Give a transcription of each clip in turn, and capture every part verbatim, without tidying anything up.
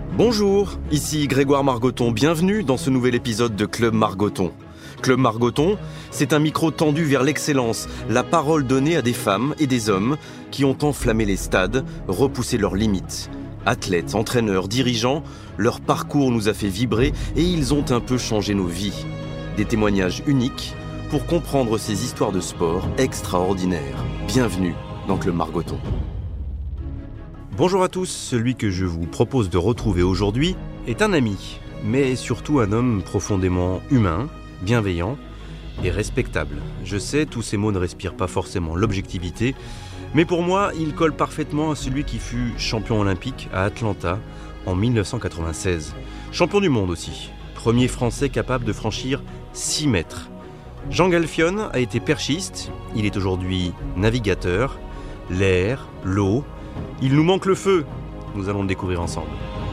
Bonjour, ici Grégoire Margoton, bienvenue dans ce nouvel épisode de Club Margoton. Club Margoton, c'est un micro tendu vers l'excellence, la parole donnée à des femmes et des hommes qui ont enflammé les stades, repoussé leurs limites. Athlètes, entraîneurs, dirigeants, leur parcours nous a fait vibrer et ils ont un peu changé nos vies. Des témoignages uniques pour comprendre ces histoires de sport extraordinaires. Bienvenue dans Club Margoton. Bonjour à tous, celui que je vous propose de retrouver aujourd'hui est un ami, mais surtout un homme profondément humain, bienveillant et respectable. Je sais, tous ces mots ne respirent pas forcément l'objectivité, mais pour moi, il colle parfaitement à celui qui fut champion olympique à Atlanta en dix-neuf cent quatre-vingt-seize. Champion du monde aussi, premier Français capable de franchir six mètres. Jean Galfionne a été perchiste, il est aujourd'hui navigateur, l'air, l'eau. Il nous manque le feu, nous allons le découvrir ensemble.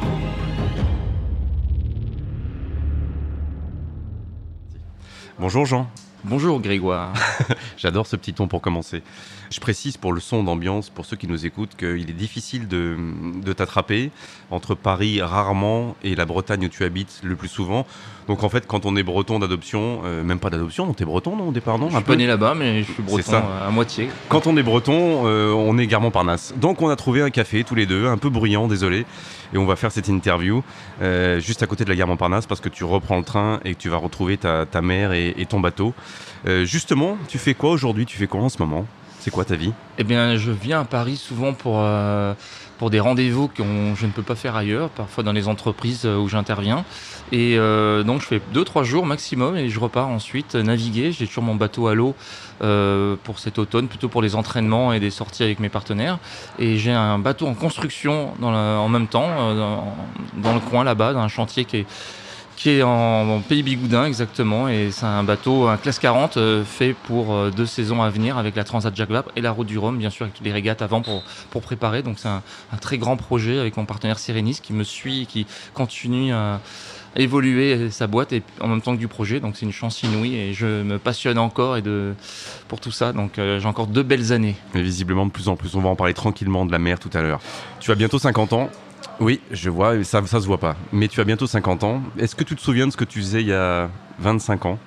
Bonjour Jean. Bonjour Grégoire. J'adore ce petit ton pour commencer. Je précise pour le son d'ambiance, pour ceux qui nous écoutent, qu'il est difficile de, de t'attraper entre Paris rarement et la Bretagne où tu habites le plus souvent. Donc en fait, quand on est breton d'adoption, euh, même pas d'adoption, non, t'es breton non, au départ, non? Je suis pas né là-bas, mais je suis breton à moitié. Quand on est breton, euh, on est Guermantes-Parnasse. Donc on a trouvé un café tous les deux, un peu bruyant, désolé, et on va faire cette interview euh, juste à côté de la Guermantes-Parnasse parce que tu reprends le train et que tu vas retrouver ta, ta mère et, et ton bateau. Euh, justement, tu fais quoi aujourd'hui? Tu fais quoi en ce moment? C'est quoi ta vie? Eh bien, je viens à Paris souvent pour, euh, pour des rendez-vous que je ne peux pas faire ailleurs, parfois dans les entreprises où j'interviens. Et euh, donc, je fais deux trois jours maximum et je repars ensuite naviguer. J'ai toujours mon bateau à l'eau euh, pour cet automne, plutôt pour les entraînements et des sorties avec mes partenaires. Et j'ai un bateau en construction dans la, en même temps, euh, dans, dans le coin là-bas, dans un chantier qui est... qui est en, en Pays Bigoudin exactement, et c'est un bateau, un classe quarante euh, fait pour euh, deux saisons à venir avec la Transat Jacques Vabre et la Route du Rhum, bien sûr, avec toutes les régates avant pour, pour préparer. Donc c'est un, un très grand projet avec mon partenaire Sérénis qui me suit et qui continue à évoluer sa boîte et en même temps que du projet. Donc c'est une chance inouïe et je me passionne encore et de, pour tout ça. Donc euh, j'ai encore deux belles années. Mais visiblement de plus en plus, on va en parler tranquillement de la mer tout à l'heure. Tu as bientôt cinquante ans. Oui, je vois, ça ça se voit pas. Mais tu as bientôt cinquante ans. Est-ce que tu te souviens de ce que tu faisais il y a vingt-cinq ans?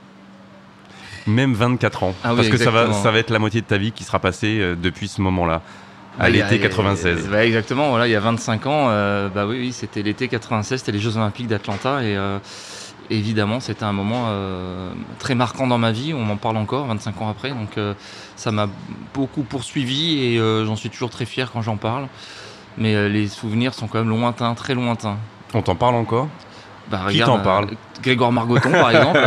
Même vingt-quatre ans. Ah oui, parce que ça va, exactement. ça va être la moitié de ta vie qui sera passée euh, depuis ce moment-là, à Ouais, l'été il y a- quatre-vingt-seize. Ouais, exactement, voilà, il y a vingt-cinq ans, euh, bah oui, oui, c'était l'été quatre-vingt-seize, c'était les Jeux Olympiques d'Atlanta et euh, évidemment c'était un moment euh, très marquant dans ma vie, on m'en parle encore vingt-cinq ans après, donc euh, ça m'a beaucoup poursuivi et euh, j'en suis toujours très fier quand j'en parle. Mais euh, les souvenirs sont quand même lointains, très lointains. On t'en parle encore? Bah, Qui regarde, t'en parle? euh, Grégoire Margoton, par exemple.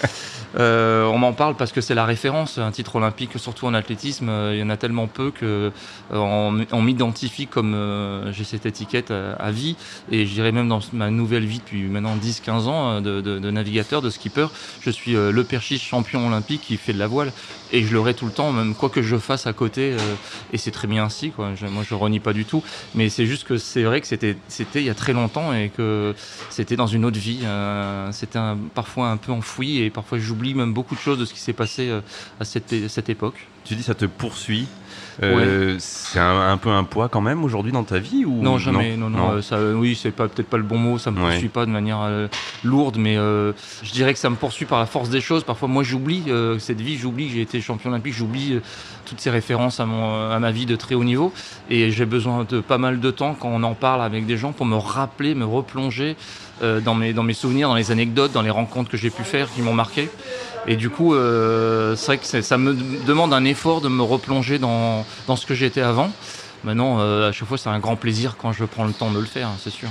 Euh, on m'en parle parce que c'est la référence, un titre olympique, surtout en athlétisme. Euh, il y en a tellement peu que euh, on, on m'identifie comme euh, j'ai cette étiquette à, à vie. Et je dirais même dans ma nouvelle vie depuis maintenant dix quinze ans de, de, de navigateur, de skipper, je suis euh, le perchiste champion olympique qui fait de la voile. Et je l'aurai tout le temps, même quoi que je fasse à côté. Euh, et c'est très bien ainsi, quoi. Je, moi, je renie pas du tout. Mais c'est juste que c'est vrai que c'était, c'était il y a très longtemps et que c'était dans une autre vie. Euh, c'était un, parfois un peu enfoui et parfois j'oublie même beaucoup de choses de ce qui s'est passé euh, à cette, à cette époque. Tu dis ça te poursuit. Euh, Ouais. C'est un, un peu un poids quand même aujourd'hui dans ta vie ou... Non, jamais. Non, non. Non. euh, ça, euh, oui, c'est pas, peut-être pas le bon mot. Ça me Ouais. poursuit pas de manière euh, lourde, mais euh, je dirais que ça me poursuit par la force des choses. Parfois, moi, j'oublie euh, cette vie. J'oublie que j'ai été champion olympique. J'oublie euh, toutes ces références à, mon, à ma vie de très haut niveau. Et j'ai besoin de pas mal de temps quand on en parle avec des gens pour me rappeler, me replonger euh, dans mes, dans mes souvenirs, dans les anecdotes, dans les rencontres que j'ai pu faire qui m'ont marqué. Et du coup, euh, c'est vrai que c'est, ça me demande un effort de me replonger dans, dans ce que j'étais avant. Maintenant, euh, à chaque fois, c'est un grand plaisir quand je prends le temps de le faire, c'est sûr.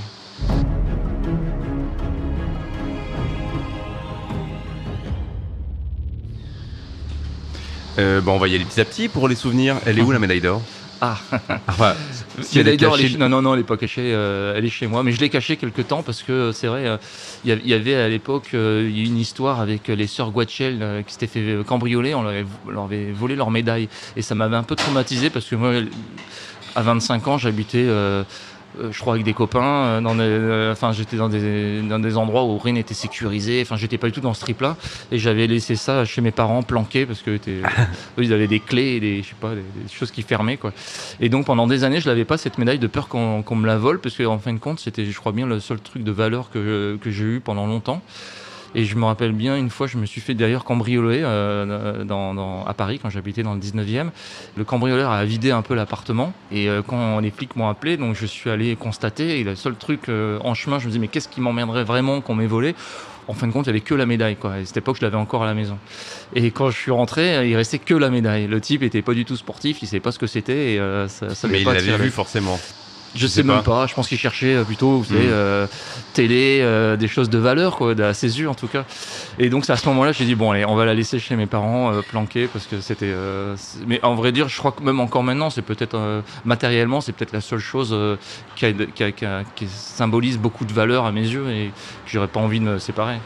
Euh, bon, on va y aller petit à petit pour les souvenirs. Elle est où la médaille d'or? Ah, Enfin, si elle est médaille d'or, elle est cachée- chez- non, non, non, elle n'est pas cachée, euh, elle est chez moi. Mais je l'ai cachée quelque temps parce que euh, c'est vrai, euh, il y a- il y avait à l'époque euh, il y a eu une histoire avec les sœurs Guachel euh, qui s'étaient fait cambrioler, on leur avait, leur avait volé leur médaille. Et ça m'avait un peu traumatisé parce que moi, à vingt-cinq ans, j'habitais... euh, euh, je crois avec des copains. Euh, dans des, euh, enfin, j'étais dans des, dans des endroits où rien n'était sécurisé. Enfin, j'étais pas du tout dans ce trip-là. Et j'avais laissé ça chez mes parents planqué parce que était, eux, ils avaient des clés et des, je sais pas, des, des choses qui fermaient, quoi. Et donc pendant des années, je l'avais pas cette médaille de peur qu'on, qu'on me la vole parce qu'en fin de compte, c'était, je crois bien, le seul truc de valeur que, que j'ai eu pendant longtemps. Et je me rappelle bien, une fois, je me suis fait d'ailleurs cambrioler euh, dans, dans, à Paris, quand j'habitais dans le dix-neuvième. Le cambrioleur a vidé un peu l'appartement. Et euh, quand les flics m'ont appelé, donc je suis allé constater. Et le seul truc euh, en chemin, je me disais, mais qu'est-ce qui m'emmerderait vraiment qu'on m'ait volé ? En fin de compte, il n'y avait que la médaille, quoi. Et à cette époque, je l'avais encore à la maison. Et quand je suis rentré, il restait que la médaille. Le type était pas du tout sportif, il savait pas ce que c'était. Et euh, ça, ça mais il pas l'avait vu forcément. Je sais même pas. Je pense qu'il cherchait plutôt, vous savez, mmh. euh, télé, euh, des choses de valeur, quoi, à ses yeux en tout cas. Et donc c'est à ce moment-là, j'ai dit bon allez, on va la laisser chez mes parents euh, planquée parce que c'était. Euh, mais en vrai dire, je crois que même encore maintenant, c'est peut-être euh, matériellement, c'est peut-être la seule chose euh, qui, a, qui, a, qui, a, qui symbolise beaucoup de valeur à mes yeux et que j'aurais pas envie de me séparer.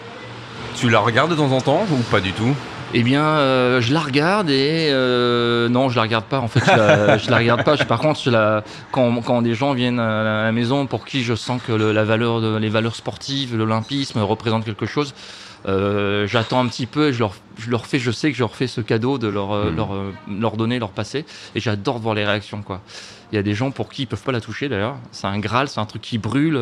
Tu la regardes de temps en temps ou pas du tout ? Eh bien, euh, je la regarde et euh, non, je la regarde pas. En fait, je la, je la regarde pas. Je, par contre, je la, quand, quand des gens viennent à la, à la maison pour qui je sens que le, la valeur, de, les valeurs sportives, l'olympisme représentent quelque chose, euh, j'attends un petit peu et je leur, je leur fais. Je sais que je leur fais ce cadeau de leur, mmh. leur, leur donner, leur passer. Et j'adore voir les réactions, quoi. Il y a des gens pour qui ils peuvent pas la toucher d'ailleurs. C'est un Graal, c'est un truc qui brûle.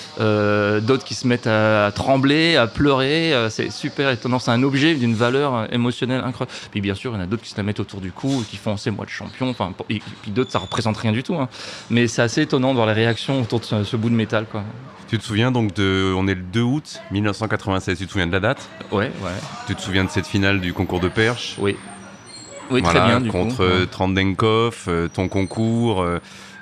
Euh, d'autres qui se mettent à, à trembler, à pleurer. Euh, c'est super étonnant. C'est un objet d'une valeur émotionnelle incroyable. Puis bien sûr, il y en a d'autres qui se la mettent autour du cou, et qui font c'est moi le champion. Enfin, et puis d'autres ça représente rien du tout. Hein. Mais c'est assez étonnant de voir les réactions autour de ce, ce bout de métal, quoi. Tu te souviens donc de, on est le deux août dix-neuf cent quatre-vingt-seize. Tu te souviens de la date ? Ouais, ouais. Tu te souviens de cette finale du concours de perche ? Oui. Oui, voilà, très bien, du contre coup. Ouais. Trendenkov, euh, ton concours. Euh,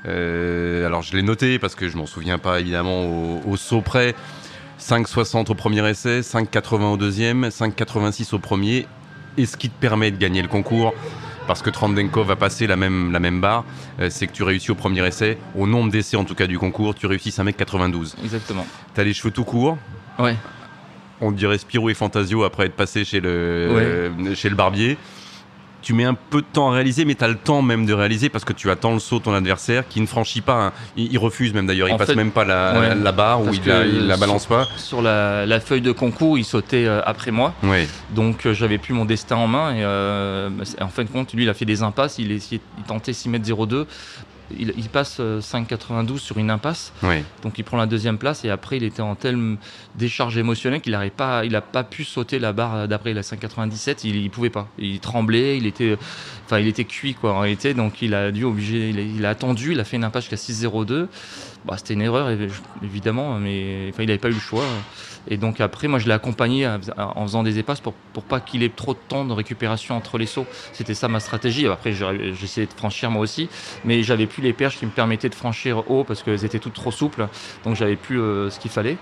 euh, alors, je l'ai noté parce que je m'en souviens pas évidemment au, au saut près. cinq soixante au premier essai, cinq quatre-vingts au deuxième, cinq quatre-vingt-six au premier. Et ce qui te permet de gagner le concours, parce que Trendenkov va passer la même, la même barre, euh, c'est que tu réussis au premier essai. Au nombre d'essais en tout cas du concours, tu réussis cinq mètres quatre-vingt-douze. Exactement. Tu as les cheveux tout courts. Ouais. On dirait Spirou et Fantasio après être passé chez le, ouais. euh, chez le barbier. Tu mets un peu de temps à réaliser, mais tu as le temps même de réaliser parce que tu attends le saut de ton adversaire qui ne franchit pas. Hein. Il, il refuse même d'ailleurs, il en passe fait, même pas la, ouais, la barre ou il la, il la balance sur, pas. Sur la, la feuille de concours, il sautait euh, après moi. Ouais. Donc euh, j'avais plus mon destin en main. Et euh, en fin de compte, lui, il a fait des impasses. Il, essayait, il tentait six mètres zéro deux. Il, il passe cinq quatre-vingt-douze sur une impasse, oui. Donc il prend la deuxième place et après il était en telle décharge émotionnelle qu'il n'avait pas, il a pas pu sauter la barre d'après la cinq quatre-vingt-dix-sept, il, il pouvait pas, il tremblait, il était, enfin il était cuit quoi en réalité, donc il a dû obliger, il a, il a attendu, il a fait une impasse jusqu'à six zéro deux. Bah, c'était une erreur évidemment, mais enfin, il n'avait pas eu le choix. Et donc après, moi je l'ai accompagné en faisant des épasses pour, pour pas qu'il ait trop de temps de récupération entre les sauts. C'était ça ma stratégie. Après j'essayais de franchir moi aussi, mais j'avais plus les perches qui me permettaient de franchir haut parce qu'elles étaient toutes trop souples. Donc j'avais plus euh, ce qu'il fallait.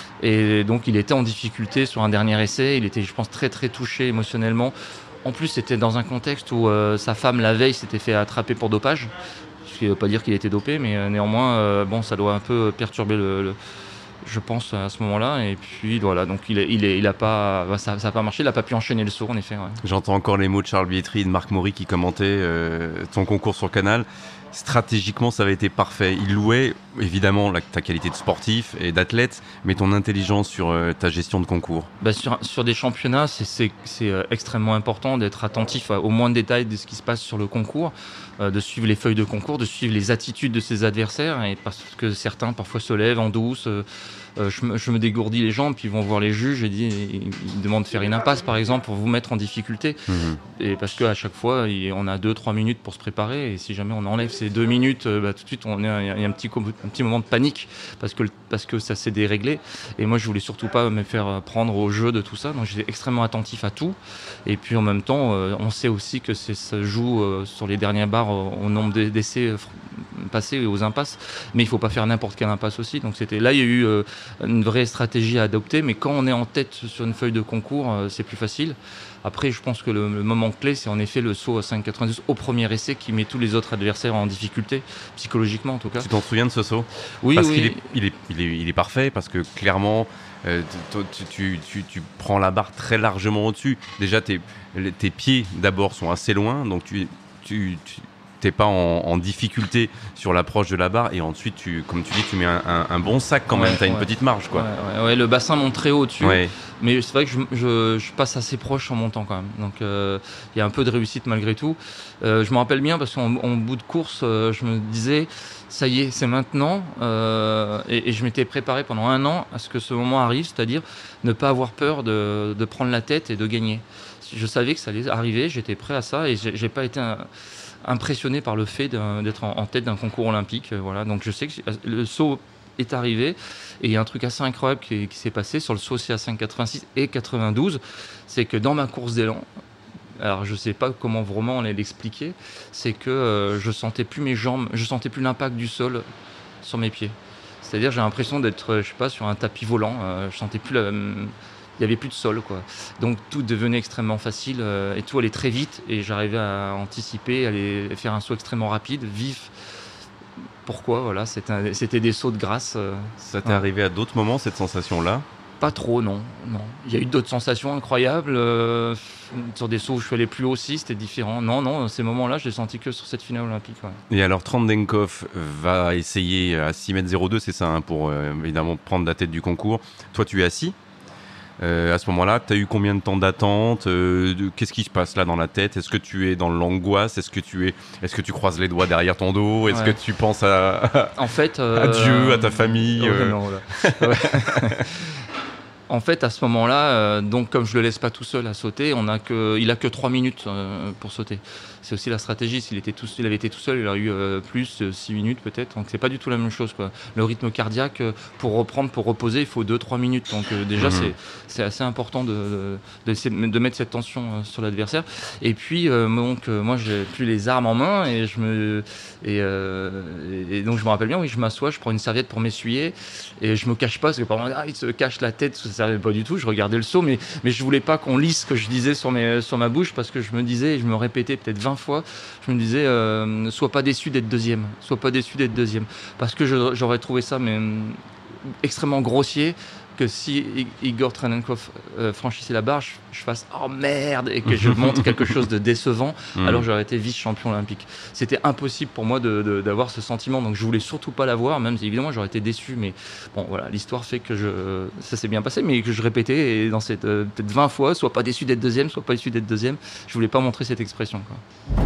Et donc il était en difficulté sur un dernier essai. Il était, je pense, très très touché émotionnellement. En plus, c'était dans un contexte où euh, sa femme la veille s'était fait attraper pour dopage. Ce qui ne veut pas dire qu'il était dopé, mais euh, néanmoins, euh, bon, ça doit un peu perturber le, le je pense à ce moment-là. Et puis voilà, donc il, est, il, est, il a pas, ça n'a pas marché, il n'a pas pu enchaîner le saut en effet. Ouais. J'entends encore les mots de Charles Bietri et de Marc Maury qui commentaient euh, ton concours sur Canal. Stratégiquement, ça avait été parfait. Il louait évidemment la, ta qualité de sportif et d'athlète, mais ton intelligence sur euh, ta gestion de concours. Bah sur, sur des championnats, c'est, c'est, c'est euh, extrêmement important d'être attentif à, au moindre détail de ce qui se passe sur le concours, euh, de suivre les feuilles de concours, de suivre les attitudes de ses adversaires, et parce que certains parfois se lèvent en douce. Euh, Euh, je, me, je me dégourdis les jambes, puis ils vont voir les juges et ils, ils, ils demandent de faire une impasse par exemple pour vous mettre en difficulté. Mmh. Et parce qu'à chaque fois, il, on a deux trois minutes pour se préparer et si jamais on enlève ces deux minutes, bah, tout de suite il y a un petit, un petit moment de panique parce que, parce que ça s'est déréglé. Et moi je voulais surtout pas me faire prendre au jeu de tout ça, donc j'étais extrêmement attentif à tout. Et puis en même temps, euh, on sait aussi que c'est, ça joue euh, sur les dernières barres au, au nombre d'essais euh, passés et aux impasses, mais il faut pas faire n'importe quelle impasse aussi. Donc c'était là il y a eu euh, une vraie stratégie à adopter, mais quand on est en tête sur une feuille de concours, euh, c'est plus facile. Après, je pense que le, le moment clé, c'est en effet le saut à cinq quatre-vingt-douze au premier essai qui met tous les autres adversaires en difficulté, psychologiquement en tout cas. Tu t'en souviens de ce saut ? Oui, parce oui. qu'il est, il est, il est, il est parfait, parce que clairement, euh, tu, tu, tu, tu prends la barre très largement au-dessus. Déjà, tes, tes pieds d'abord sont assez loin, donc tu... tu, tu t'es pas en, en difficulté sur l'approche de la barre et ensuite, tu, comme tu dis, tu mets un, un, un bon sac quand ouais, même, t'as ouais. une petite marge, quoi. Ouais, ouais, ouais, le bassin monte très haut dessus, ouais. mais c'est vrai que je, je, je passe assez proche en montant quand même. Donc il euh, y a un peu de réussite malgré tout. Euh, je me rappelle bien parce qu'en en bout de course, euh, je me disais, ça y est, c'est maintenant. Euh, et, et je m'étais préparé pendant un an à ce que ce moment arrive, c'est-à-dire ne pas avoir peur de, de prendre la tête et de gagner. Je savais que ça allait arriver, j'étais prêt à ça et j'ai, j'ai pas été un, impressionné par le fait d'être en, en tête d'un concours olympique. Voilà. Donc je sais que le saut est arrivé et il y a un truc assez incroyable qui, qui s'est passé sur le saut C A cinq quatre-vingt-six et quatre-vingt-douze, c'est que dans ma course d'élan, alors je sais pas comment vraiment on allait l'expliquer, c'est que euh, je sentais plus mes jambes, je sentais plus l'impact du sol sur mes pieds. C'est-à-dire j'ai l'impression d'être, je sais pas, sur un tapis volant. Euh, je sentais plus la, il n'y avait plus de sol, quoi. Donc tout devenait extrêmement facile euh, et tout allait très vite et j'arrivais à anticiper, à aller faire un saut extrêmement rapide, vif. Pourquoi voilà, c'était, un, c'était des sauts de grâce. Euh, Ça t'est ouais. arrivé à d'autres moments, cette sensation-là ? Pas trop, non. non. Il y a eu d'autres sensations incroyables. Euh, sur des sauts où je suis allé plus haut aussi, c'était différent. Non, non, ces moments-là, je l'ai senti que sur cette finale olympique. Ouais. Et alors, Trendenkov va essayer à six mètres zéro deux, c'est ça, hein, pour euh, évidemment prendre la tête du concours. Toi, tu es assis. Euh, à ce moment-là, tu as eu combien de temps d'attente euh, de, Qu'est-ce qui se passe là dans la tête ? Est-ce que tu es dans l'angoisse ? Est-ce que tu es, est-ce que tu croises les doigts derrière ton dos ? Est-ce ouais. que tu penses à, en fait, euh... à Dieu, à ta famille euh... euh... non, là. Ouais. En fait, à ce moment-là, euh, donc comme je le laisse pas tout seul à sauter, on a que, il a que trois minutes euh, pour sauter. C'est aussi la stratégie. S'il était tout, s'il avait été tout seul, il aurait eu euh, plus euh, six minutes peut-être. Donc c'est pas du tout la même chose, quoi. Le rythme cardiaque, euh, pour reprendre, pour reposer, il faut deux trois minutes. Donc euh, déjà, mmh. c'est c'est assez important de de, de de mettre cette tension euh, sur l'adversaire. Et puis euh, donc euh, moi, j'ai plus les armes en main et je me et, euh, et donc je me rappelle bien, oui, je m'assois, je prends une serviette pour m'essuyer et je me cache pas parce que par exemple, ah, il se cache la tête. Ça servait pas du tout. Je regardais le saut, mais mais je voulais pas qu'on lise ce que je disais sur mes sur ma bouche parce que je me disais, je me répétais peut-être vingt fois, je me disais, euh, sois pas déçu d'être deuxième, sois pas déçu d'être deuxième, parce que je, j'aurais trouvé ça mais extrêmement grossier que si Igor Trendenkov euh, franchissait la barre, je, je fasse oh merde et que je montre quelque chose de décevant, mmh. alors j'aurais été vice-champion olympique. C'était impossible pour moi de, de, d'avoir ce sentiment, donc je voulais surtout pas l'avoir, même si évidemment j'aurais été déçu, mais bon voilà, l'histoire fait que je, ça s'est bien passé, mais que je répétais et dans cette euh, peut-être vingt fois, sois pas déçu d'être deuxième, sois pas déçu d'être deuxième. Je voulais pas montrer cette expression, quoi.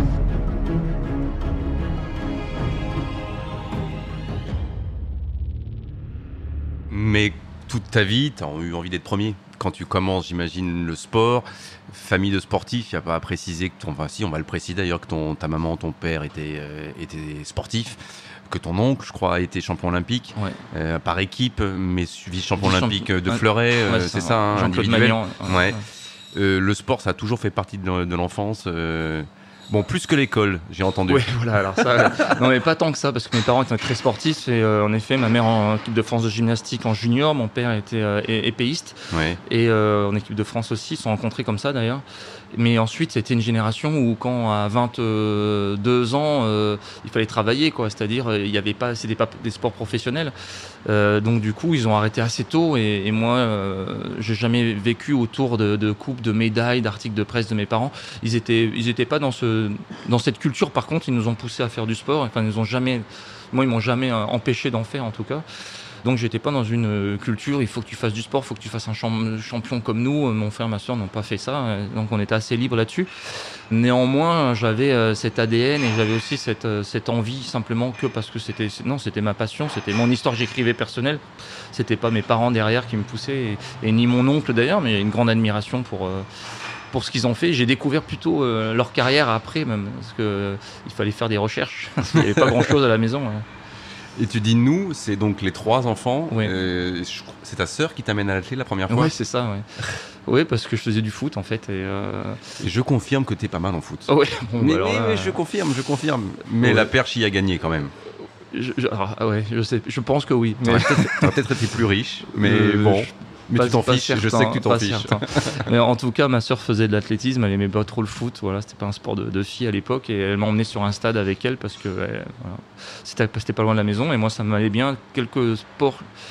Mais toute ta vie, tu as eu envie d'être premier. Quand tu commences, j'imagine, le sport, famille de sportifs, il n'y a pas à préciser que ton... Enfin, si, on va le préciser d'ailleurs, que ton, ta maman, ton père étaient, euh, étaient sportifs, que ton oncle, je crois, a été champion olympique, ouais. euh, par équipe, mais vice-champion olympique de fleuret, ouais, euh, c'est ça, ça hein, individuel. Ouais. Ouais. Euh, le sport, ça a toujours fait partie de, de l'enfance. Euh... Bon, plus que l'école, j'ai entendu. Oui, voilà, alors ça, non mais pas tant que ça, parce que mes parents étaient très sportifs et euh, en effet, ma mère en équipe de France de gymnastique en junior, mon père était euh, épéiste ouais. et euh, en équipe de France aussi, ils se sont rencontrés comme ça d'ailleurs. Mais ensuite, c'était une génération où quand à vingt-deux ans, euh, il fallait travailler, quoi. C'est-à-dire, il y avait pas, c'était pas des sports professionnels. Euh, donc du coup, ils ont arrêté assez tôt. Et, et moi, euh, j'ai jamais vécu autour de, de coupes, de médailles, d'articles de presse de mes parents. Ils étaient, ils étaient pas dans ce, dans cette culture. Par contre, ils nous ont poussés à faire du sport. Enfin, ils nous ont jamais, moi, ils m'ont jamais empêché d'en faire, en tout cas. Donc j'étais pas dans une culture, il faut que tu fasses du sport, il faut que tu fasses un champion comme nous. Mon frère et ma soeur n'ont pas fait ça, donc on était assez libre là-dessus. Néanmoins, j'avais cet A D N et j'avais aussi cette, cette envie simplement que parce que c'était, non, c'était ma passion, c'était mon histoire que j'écrivais personnelle. C'était pas mes parents derrière qui me poussaient et, et ni mon oncle d'ailleurs, mais une grande admiration pour... pour ce qu'ils ont fait. J'ai découvert plutôt euh, leur carrière après même, parce qu'il fallait faire des recherches, il n'y avait pas grand-chose à la maison. Hein. Et tu dis nous, c'est donc les trois enfants. Oui. Euh, c'est ta sœur qui t'amène à l'athlète la première fois ? Oui, c'est ça. Ouais. Oui, parce que je faisais du foot en fait. Et, euh... et je confirme que t'es pas mal en foot. Oh, oui, bon, mais, bah, alors, mais, là... mais je confirme, je confirme. Mais ouais. La perche y a gagné quand même. Je, je, alors, ouais, je sais, je pense que oui. Mais... Tu as peut-être été plus riche, mais euh, bon. Je... Mais pas, tu t'en fiches, certain, je sais que tu t'en fiches. Mais en tout cas, ma sœur faisait de l'athlétisme, elle aimait pas trop le foot, voilà, c'était pas un sport de, de fille à l'époque, et elle m'a emmené sur un stade avec elle parce que elle, voilà, c'était, c'était pas loin de la maison, et moi ça m'allait bien. Quelques sports que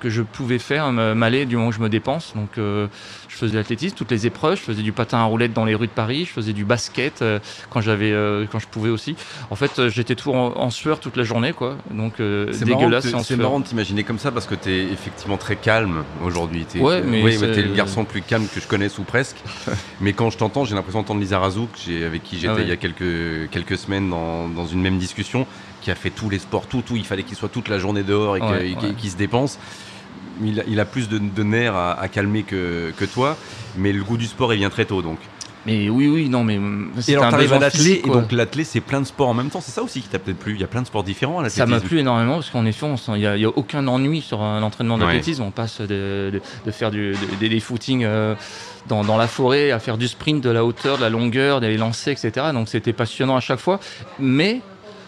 que je pouvais faire m'allait du moment où je me dépense. Donc euh, je faisais de l'athlétisme, toutes les épreuves, je faisais du patin à roulettes dans les rues de Paris, je faisais du basket euh, quand j'avais, euh, quand je pouvais aussi. En fait, euh, j'étais toujours en, en sueur toute la journée, quoi. Donc euh, c'est dégueulasse. Marrant, c'est marrant de t'imaginer comme ça parce que t'es effectivement très calme aujourd'hui. T'es, ouais, mais oui, mais t'es le garçon le plus calme que je connaisse ou presque. Mais quand je t'entends, j'ai l'impression d'entendre Lisa Razouk, avec qui j'étais ah ouais. il y a quelques quelques semaines dans, dans une même discussion, qui a fait tous les sports, tout, tout. Il fallait qu'il soit toute la journée dehors et ouais, qu'il, ouais. qu'il se dépense. Il a, il a plus de, de nerfs à, à calmer que, que toi, mais le goût du sport, il vient très tôt, donc. Mais oui, oui, non, mais c'est et alors, un besoin physique, et donc l'athlé, c'est plein de sports en même temps. C'est ça aussi qui t'a peut-être plu. Il y a plein de sports différents à l'athlétisme. Ça m'a plu énormément parce qu'en effet, il n'y a, a aucun ennui sur un entraînement d'athlétisme. Ouais. On passe de, de, de faire du, de, des footings euh, dans, dans la forêt à faire du sprint, de la hauteur, de la longueur, d'aller lancer, et cetera. Donc c'était passionnant à chaque fois. Mais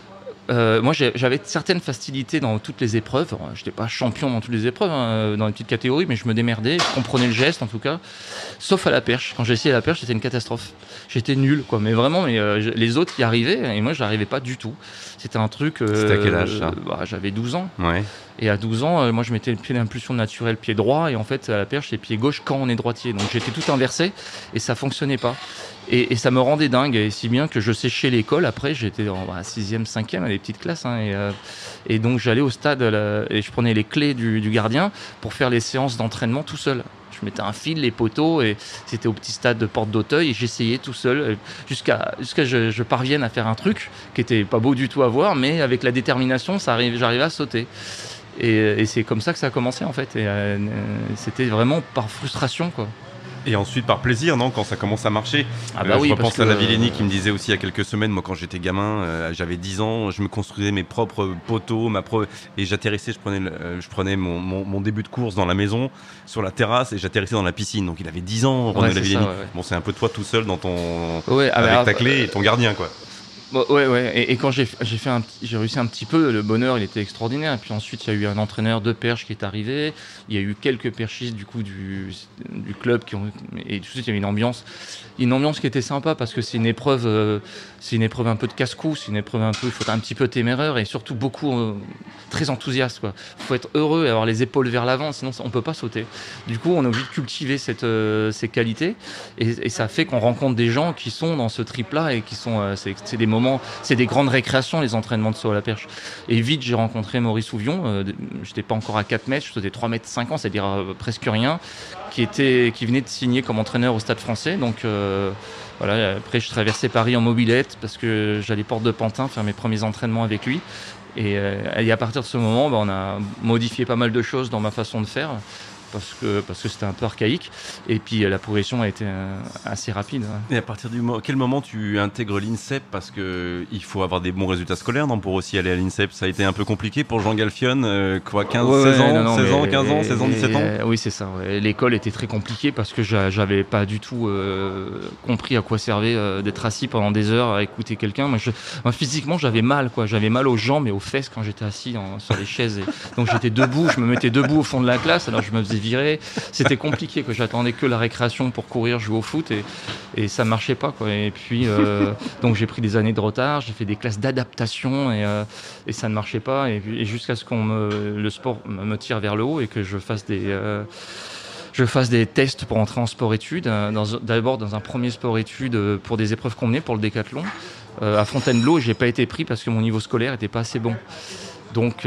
Euh, moi, j'ai, j'avais certaines facilités dans toutes les épreuves. Je n'étais pas champion dans toutes les épreuves, hein, dans les petites catégories, mais je me démerdais, je comprenais le geste en tout cas. Sauf à la perche. Quand j'ai essayé la perche, c'était une catastrophe. J'étais nul, quoi. Mais vraiment, mais, euh, je, les autres y arrivaient et moi, je n'arrivais pas du tout. C'était un truc. Euh, c'était à quel âge ça ? euh, bah, J'avais douze ans. Ouais. Et à douze ans, euh, moi, je mettais le pied d'impulsion naturelle, pied droit, et en fait, à la perche, c'est pied gauche quand on est droitier. Donc j'étais tout inversé et ça fonctionnait pas. Et, et ça me rendait dingue, et si bien que je séchais l'école. Après, j'étais en bah, sixième, cinquième, à des petites classes. Hein, et, euh, et donc, j'allais au stade là, et je prenais les clés du, du gardien pour faire les séances d'entraînement tout seul. Je mettais un fil, les poteaux, et c'était au petit stade de Porte d'Auteuil, et j'essayais tout seul jusqu'à jusqu'à ce que je, je parvienne à faire un truc qui était pas beau du tout à voir, mais avec la détermination, ça arrive, j'arrivais à sauter. Et, et c'est comme ça que ça a commencé, en fait. Et euh, c'était vraiment par frustration, quoi. Et ensuite par plaisir, non, quand ça commence à marcher. Ah bah euh, oui, je repense que... à la Villénie qui me disait aussi il y a quelques semaines, moi quand j'étais gamin, euh, j'avais dix ans, je me construisais mes propres poteaux, ma pro... et j'atterrissais, je prenais, le, euh, je prenais mon, mon, mon début de course dans la maison, sur la terrasse, et j'atterrissais dans la piscine. Donc il avait dix ans, René ouais, la Villénie. Ça, ouais, ouais. Bon, c'est un peu toi tout seul dans ton... Ouais, avec alors, ta clé et ton gardien, quoi. Bon, ouais, ouais. Et, et quand j'ai, j'ai, fait un, j'ai réussi un petit peu, le bonheur, il était extraordinaire. Et puis ensuite, il y a eu un entraîneur de perche qui est arrivé. Il y a eu quelques perchistes du coup du, du club qui ont, et tout de suite, il y avait une ambiance, une ambiance qui était sympa parce que c'est une épreuve, euh, c'est une épreuve un peu de casse-cou, c'est une épreuve un peu, il faut être un petit peu téméraire et surtout beaucoup euh, très enthousiaste, quoi. Il faut être heureux et avoir les épaules vers l'avant, sinon on peut pas sauter. Du coup, on est obligé de cultiver cette, euh, ces qualités et, et ça fait qu'on rencontre des gens qui sont dans ce trip-là et qui sont, euh, c'est, c'est des moments, c'est des grandes récréations, les entraînements de saut à la perche. Et vite, j'ai rencontré Maurice Ouvion, euh, j'étais pas encore à quatre mètres, je faisais trois mètres cinquante, c'est-à-dire euh, presque rien, qui était, qui venait de signer comme entraîneur au Stade Français. Donc euh, voilà, après je traversais Paris en mobilette parce que j'allais porte de Pantin faire mes premiers entraînements avec lui. Et, euh, et à partir de ce moment, bah, on a modifié pas mal de choses dans ma façon de faire. Parce que, parce que c'était un peu archaïque. Et puis la progression a été euh, assez rapide. Ouais. Et à partir du moment, quel moment tu intègres l'INSEP ? Parce qu'il faut avoir des bons résultats scolaires, non, pour aussi aller à l'INSEP. Ça a été un peu compliqué pour Jean Galfion, euh, quoi, quinze, ouais, seize ouais, ans, non, non, seize ans, mais, quinze ans, seize ans, dix-sept ans. euh, Oui, c'est ça. Ouais. L'école était très compliquée parce que j'avais pas du tout euh, compris à quoi servait euh, d'être assis pendant des heures à écouter quelqu'un. Moi, je, moi physiquement, j'avais mal, quoi. J'avais mal aux jambes et aux fesses quand j'étais assis en, sur les chaises. Et, donc j'étais debout, je me mettais debout au fond de la classe, alors je me faisais virer. C'était compliqué, que j'attendais que la récréation pour courir, jouer au foot et, et ça marchait pas, quoi. Et puis euh, donc j'ai pris des années de retard, j'ai fait des classes d'adaptation et, euh, et ça ne marchait pas et, et jusqu'à ce qu'on me, le sport me tire vers le haut et que je fasse des euh, je fasse des tests pour entrer en sport-études, dans, d'abord dans un premier sport-études pour des épreuves combinées pour le décathlon euh, à Fontainebleau. J'ai pas été pris parce que mon niveau scolaire était pas assez bon. Donc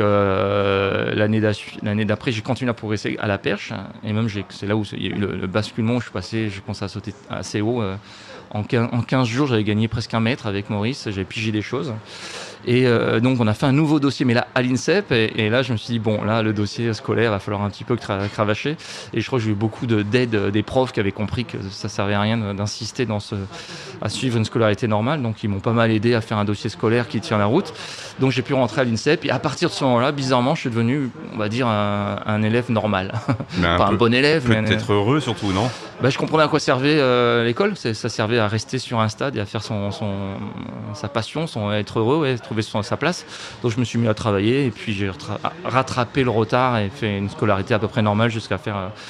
euh, l'année, l'année d'après, j'ai continué à progresser à la perche et même j'ai, c'est là où il y a eu le, le basculement où je suis passé, j'ai commencé à sauter assez haut. Euh, en, quinze, en quinze jours, j'avais gagné presque un mètre avec Maurice, j'avais pigé des choses. Et euh, donc on a fait un nouveau dossier, mais là à l'INSEP, et, et là je me suis dit bon, là le dossier scolaire va falloir un petit peu cra- cravacher. Et je crois que j'ai eu beaucoup de, d'aide des profs qui avaient compris que ça servait à rien d'insister dans ce, à suivre une scolarité normale, donc ils m'ont pas mal aidé à faire un dossier scolaire qui tient la route. Donc j'ai pu rentrer à l'INSEP, et à partir de ce moment-là, bizarrement, je suis devenu, on va dire, un, un élève normal. Un pas peu, un bon élève, peut-être mais être heureux surtout, non ? Bah, je comprenais à quoi servait euh, l'école. C'est, ça servait à rester sur un stade et à faire son, son, sa passion, son, être heureux, ouais, trouver son, sa place. Donc je me suis mis à travailler et puis j'ai rattrapé le retard et fait une scolarité à peu près normale jusqu'à faire euh,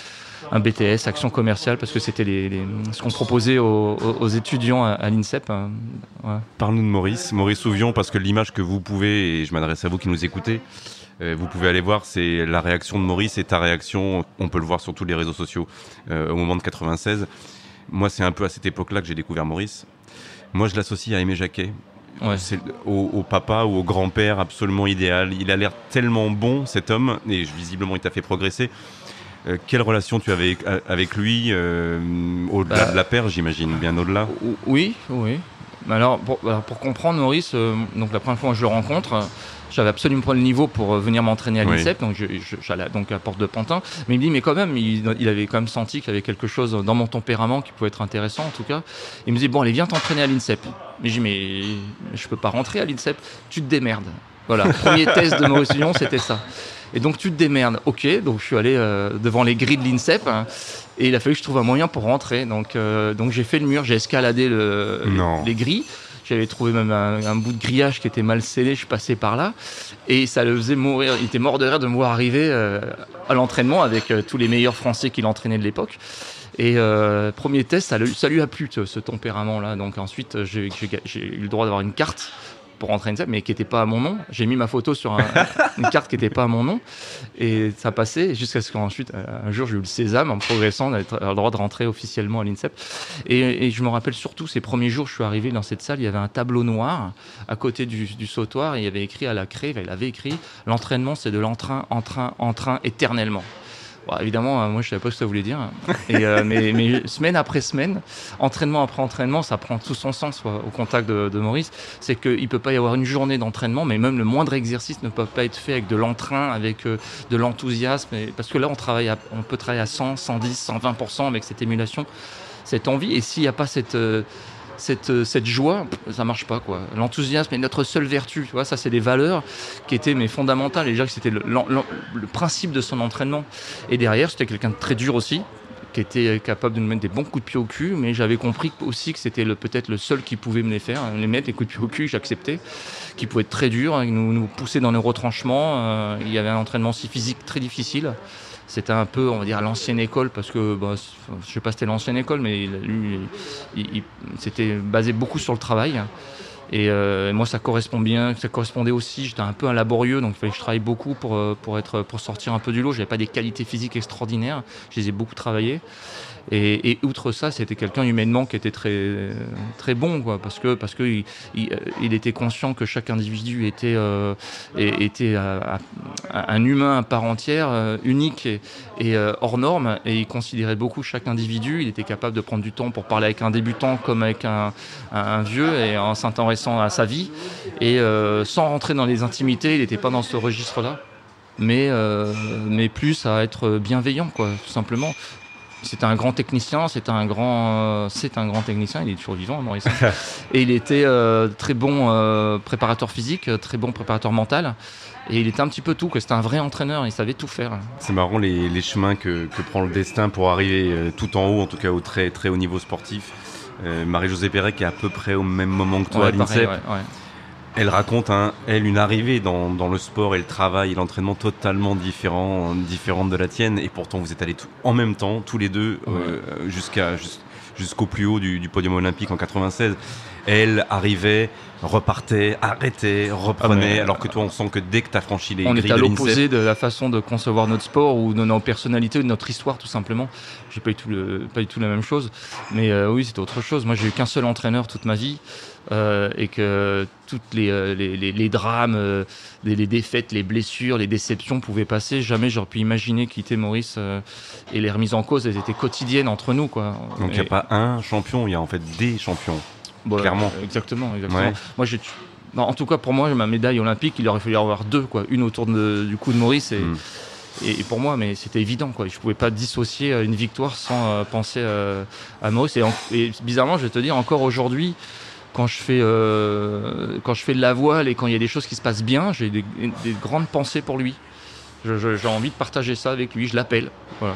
un B T S, action commerciale, parce que c'était les, les, ce qu'on proposait aux, aux étudiants à, à l'INSEP. Hein. Ouais. Parle-nous de Maurice, Maurice Souvion, parce que l'image que vous pouvez, et je m'adresse à vous qui nous écoutez, euh, vous pouvez aller voir, c'est la réaction de Maurice et ta réaction, on peut le voir sur tous les réseaux sociaux, euh, au moment de quatre-vingt-seize. Moi, c'est un peu à cette époque-là que j'ai découvert Maurice. Moi, je l'associe à Aimé Jacquet. Ouais. C'est au, au papa ou au grand-père absolument idéal. Il a l'air tellement bon, cet homme, et visiblement, il t'a fait progresser. Euh, quelle relation tu avais avec, avec lui, euh, au-delà bah, de la paire, j'imagine, bien au-delà? Oui, oui. Alors, pour, alors, pour comprendre Maurice, euh, donc la première fois que je le rencontre, j'avais absolument pas le niveau pour venir m'entraîner à l'INSEP, oui. donc je, je, j'allais donc à Porte de Pantin. Mais il me dit, mais quand même, il, il avait quand même senti qu'il y avait quelque chose dans mon tempérament qui pouvait être intéressant en tout cas. Il me dit, bon, allez, viens t'entraîner à l'INSEP. Mais je dis, mais je peux pas rentrer à l'INSEP, tu te démerdes. Voilà, premier test de Maurice Souvion, c'était ça. Et donc tu te démerdes, ok, donc je suis allé euh, devant les grilles de l'INSEP hein, et il a fallu que je trouve un moyen pour rentrer. Donc, euh, donc j'ai fait le mur, j'ai escaladé le, les, les grilles. J'avais trouvé même un, un bout de grillage qui était mal scellé, je suis passé par là. Et ça le faisait mourir, il était mort de rire de me voir arriver euh, à l'entraînement avec euh, tous les meilleurs Français qui l'entraînaient de l'époque. Et euh, premier test, ça, ça lui a plu, ce, ce tempérament-là. Donc ensuite, j'ai, j'ai, j'ai eu le droit d'avoir une carte pour rentrer à l'INSEP, mais qui n'était pas à mon nom. J'ai mis ma photo sur un, une carte qui n'était pas à mon nom. Et ça passait jusqu'à ce qu'ensuite, un jour, j'ai eu le sésame en progressant, d'avoir le droit de rentrer officiellement à l'INSEP. Et, et je me rappelle surtout, ces premiers jours, je suis arrivé dans cette salle, il y avait un tableau noir à côté du, du sautoir, et il y avait écrit à la craie, il avait écrit « L'entraînement, c'est de l'entrain, entrain, entrain, éternellement ». Bon, évidemment, moi, je ne savais pas ce que ça voulait dire. Et, euh, mais, mais semaine après semaine, entraînement après entraînement, ça prend tout son sens quoi, au contact de, de Maurice. C'est qu'il ne peut pas y avoir une journée d'entraînement, mais même le moindre exercice ne peut pas être fait avec de l'entrain, avec euh, de l'enthousiasme. Et, parce que là, on, travaille à, on peut travailler à cent, cent dix, cent vingt pour cent avec cette émulation, cette envie. Et s'il n'y a pas cette... Euh, Cette, cette joie, ça marche pas quoi. L'enthousiasme est notre seule vertu, tu vois. Ça, c'est des valeurs qui étaient mais fondamentales. Et déjà, c'était le, le, le principe de son entraînement. Et derrière, c'était quelqu'un de très dur aussi, qui était capable de nous mettre des bons coups de pied au cul. Mais j'avais compris aussi que c'était le, peut-être le seul qui pouvait me les faire, les mettre les coups de pied au cul. J'acceptais, qui pouvait être très dur, nous, nous pousser dans les retranchements. Euh, il y avait un entraînement si physique très difficile. C'était un peu, on va dire, l'ancienne école, parce que, bah, je ne sais pas si c'était l'ancienne école, mais lui, il, il, c'était basé beaucoup sur le travail. Et euh, moi, ça correspond bien, ça correspondait aussi. J'étais un peu un laborieux, donc il fallait que je travaille beaucoup pour, pour, être, pour sortir un peu du lot. Je n'avais pas des qualités physiques extraordinaires, je les ai beaucoup travaillées. Et, et outre ça, c'était quelqu'un humainement qui était très, très bon, quoi, parce que parce que il, il, il était conscient que chaque individu était, euh, était à, à, un humain à part entière, euh, unique et, et euh, hors norme, et il considérait beaucoup chaque individu. Il était capable de prendre du temps pour parler avec un débutant comme avec un, un, un vieux, et en s'intéressant à sa vie, et euh, sans rentrer dans les intimités. Il n'était pas dans ce registre-là, mais euh, mais plus à être bienveillant, quoi, tout simplement. C'était un grand technicien, c'était un grand, euh, c'est un grand technicien, il est toujours vivant, Maurice. Et il était euh, très bon euh, préparateur physique, très bon préparateur mental. Et il était un petit peu tout, que c'était un vrai entraîneur, il savait tout faire. C'est marrant les, les chemins que, que prend le destin pour arriver euh, tout en haut, en tout cas au très, très haut niveau sportif. Euh, Marie-Josée Pérec est à peu près au même moment que toi, ouais, à l'INSEP. Pareil, ouais, ouais. Elle raconte, hein, elle, une arrivée dans, dans le sport et le travail et l'entraînement totalement différent, différente de la tienne. Et pourtant, vous êtes allés tout, en même temps, tous les deux, ouais. euh, jusqu'à, jusqu'au plus haut du, du podium olympique en quatre-vingt-seize. Elle arrivait, repartait, arrêtait, reprenait, ah mais, alors que toi, on sent que dès que tu as franchi les on grilles est à de l'opposé de la façon de concevoir notre sport ou de nos personnalités ou de notre histoire, tout simplement. J'ai pas du tout, le, pas du tout la même chose. Mais euh, oui, c'était autre chose. Moi, j'ai eu qu'un seul entraîneur toute ma vie. Euh, et que toutes les, les, les, les drames, euh, les, les défaites, les blessures, les déceptions pouvaient passer. Jamais j'aurais pu imaginer quitter Maurice, euh, et les remises en cause, elles étaient quotidiennes entre nous, quoi. Donc il n'y a pas un champion, il y a en fait des champions, bon, clairement. Euh, exactement, exactement. Ouais. Moi, j'ai, non, en tout cas, pour moi, ma médaille olympique, il aurait fallu en avoir deux, quoi. Une autour de, du cou de Maurice et, mm. et, et pour moi, mais c'était évident, quoi. Je ne pouvais pas dissocier une victoire sans euh, penser euh, à Maurice. Et, en, et bizarrement, je vais te dire, encore aujourd'hui, Quand je, fais, euh, quand je fais de la voile et quand il y a des choses qui se passent bien, j'ai des, des grandes pensées pour lui. Je, je, j'ai envie de partager ça avec lui, je l'appelle. Voilà.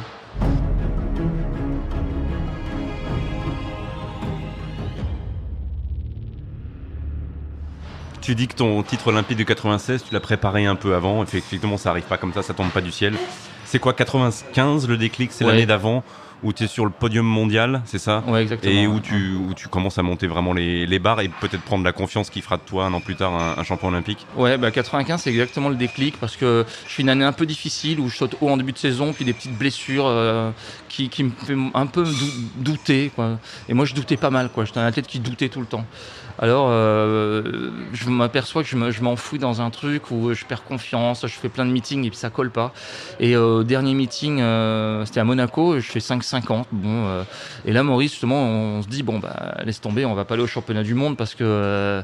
Tu dis que ton titre olympique de quatre-vingt-seize, tu l'as préparé un peu avant. Effectivement, ça n'arrive pas comme ça, ça tombe pas du ciel. C'est quoi, quatre-vingt-quinze le déclic? C'est ouais. l'année d'avant où tu es sur le podium mondial, c'est ça? Ouais, exactement. Et où tu, où tu commences à monter vraiment les, les barres et peut-être prendre la confiance qui fera de toi un an plus tard un, un champion olympique? Ouais, bah quatre-vingt-quinze, c'est exactement le déclic parce que je suis une année un peu difficile où je saute haut en début de saison, puis des petites blessures euh, qui, qui me fait un peu douter, quoi. Et moi, je doutais pas mal, quoi. J'étais un athlète qui doutait tout le temps. Alors, euh, je m'aperçois que je, me, je m'enfouis dans un truc où je perds confiance, je fais plein de meetings et puis ça colle pas. Et au euh, dernier meeting, euh, c'était à Monaco, je fais cinq cinquante. Bon, euh, et là, Maurice, justement, on se dit, bon, bah, laisse tomber, on va pas aller au championnat du monde parce que, euh,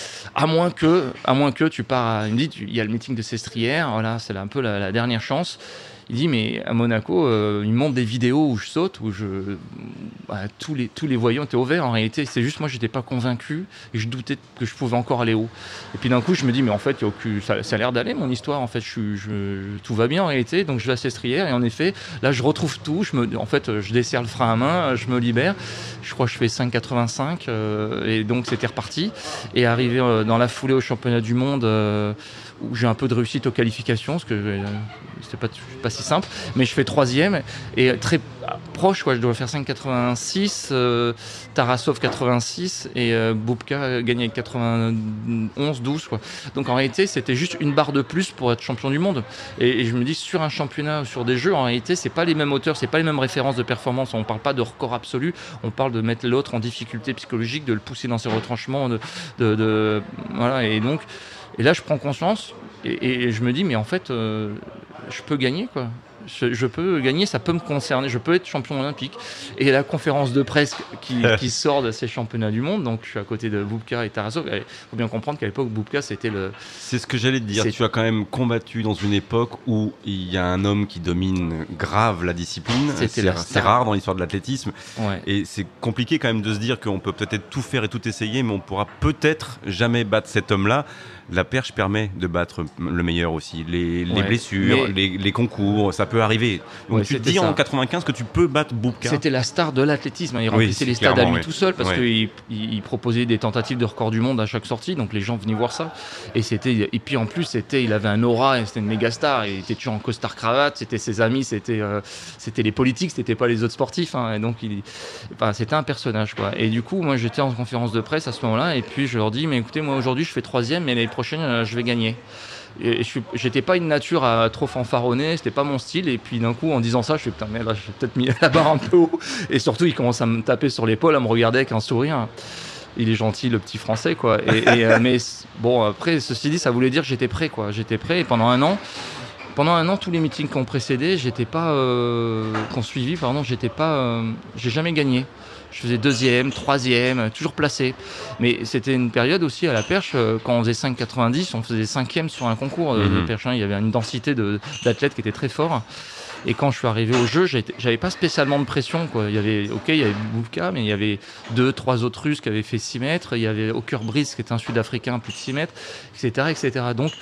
à moins que, à moins que tu pars à, il me dit, il y a le meeting de Sestrières, voilà, c'est là un peu la, la dernière chance. Il dit, mais à Monaco, euh, il me montre des vidéos où je saute, où je, bah, tous les tous les voyants étaient au vert. En réalité, c'est juste moi, j'étais pas convaincu et je doutais que je pouvais encore aller haut. Et puis d'un coup, je me dis, mais en fait, il y a aucun, ça, ça a l'air d'aller mon histoire. En fait, je, je, tout va bien en réalité. Donc je vais à Sestrières et en effet, là, je retrouve tout. Je me, en fait, je desserre le frein à main, je me libère. Je crois que je fais cinq quatre-vingt-cinq euh, et donc c'était reparti. Et arrivé euh, dans la foulée au championnat du monde. Euh, où j'ai un peu de réussite aux qualifications, parce que euh, c'était pas, pas si simple, mais je fais troisième, et très proche, quoi, je dois faire cinq quatre-vingt-six, euh, Tarasov quatre-vingt-six, et euh, Bubka gagné avec quatre-vingt-onze douze, quoi. Donc en réalité, c'était juste une barre de plus pour être champion du monde. Et, et je me dis, sur un championnat, sur des jeux, en réalité, c'est pas les mêmes hauteurs, c'est pas les mêmes références de performance, on parle pas de record absolu, on parle de mettre l'autre en difficulté psychologique, de le pousser dans ses retranchements, de, de, de voilà, et donc Et là, je prends conscience et, et je me dis, mais en fait, euh, je peux gagner, quoi. Je, je peux gagner, ça peut me concerner, je peux être champion olympique. Et la conférence de presse qui, qui sort de ces championnats du monde, donc je suis à côté de Bubka et Tarasov. Il faut bien comprendre qu'à l'époque, Bubka, c'était le... C'est ce que j'allais te dire, c'est... tu as quand même combattu dans une époque où il y a un homme qui domine grave la discipline. C'est, la c'est rare dans l'histoire de l'athlétisme. Ouais. Et c'est compliqué quand même de se dire qu'on peut peut-être tout faire et tout essayer, mais on pourra peut-être jamais battre cet homme-là. La perche permet de battre le meilleur aussi. Les, les ouais, blessures, mais... les, les concours, ça peut arriver. Donc ouais, tu te dis ça. En quatre-vingt-quinze que tu peux battre Bubka. C'était la star de l'athlétisme. Il remplissait oui, les stades à lui oui. tout seul parce ouais. qu'il il proposait des tentatives de record du monde à chaque sortie. Donc les gens venaient voir ça. Et, c'était, et puis en plus, c'était, il avait un aura et c'était une méga star. Il était toujours en costard cravate. C'était ses amis, c'était, euh, c'était les politiques, c'était pas les autres sportifs. Hein. Et donc il, enfin, c'était un personnage, quoi. Et du coup, moi j'étais en conférence de presse à ce moment-là. Et puis je leur dis, mais écoutez, moi aujourd'hui je fais troisième, mais les prochaine, euh, je vais gagner. Et je suis, j'étais pas une nature à trop fanfaronner, c'était pas mon style. Et puis d'un coup, en disant ça, je suis putain, mais là, j'ai peut-être mis la barre un peu haut. Et surtout, il commence à me taper sur l'épaule, à me regarder avec un sourire. Il est gentil, le petit français, quoi. Et, et, euh, mais bon, après, ceci dit, ça voulait dire que j'étais prêt, quoi. J'étais prêt. Et pendant un an, pendant un an, tous les meetings qui ont précédé, j'étais pas, euh, qu'on suivi, pardon, j'étais pas, euh, j'ai jamais gagné. Je faisais deuxième, troisième, toujours placé. Mais c'était une période aussi à la perche, quand on faisait cinq quatre-vingt-dix, on faisait cinquième sur un concours de, mmh. de perche. Il y avait une densité de, d'athlètes qui était très fort. Et quand je suis arrivé au jeu, j'avais pas spécialement de pression, quoi. Il y avait, ok, il y avait Bubka, mais il y avait deux, trois autres Russes qui avaient fait six mètres. Il y avait Oker Brice, qui était un Sud-Africain, plus de six mètres, et cetera, et cetera. Donc,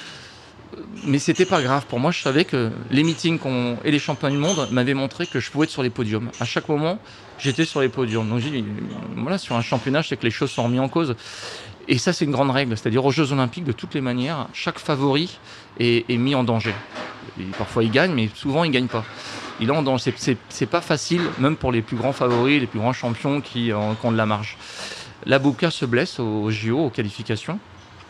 mais c'était pas grave. Pour moi, je savais que les meetings qu'on... et les championnats du monde m'avaient montré que je pouvais être sur les podiums. À chaque moment, j'étais sur les podiums. Donc, j'ai dit, voilà, sur un championnat, je sais que les choses sont remises en cause. Et ça, c'est une grande règle. C'est-à-dire, aux Jeux Olympiques, de toutes les manières, chaque favori est, est mis en danger. Et parfois, il gagne, mais souvent, il gagne pas. Il est en danger. C'est, c'est, c'est pas facile, même pour les plus grands favoris, les plus grands champions qui, euh, qui ont de la marge. La Bubka se blesse aux J O, aux qualifications.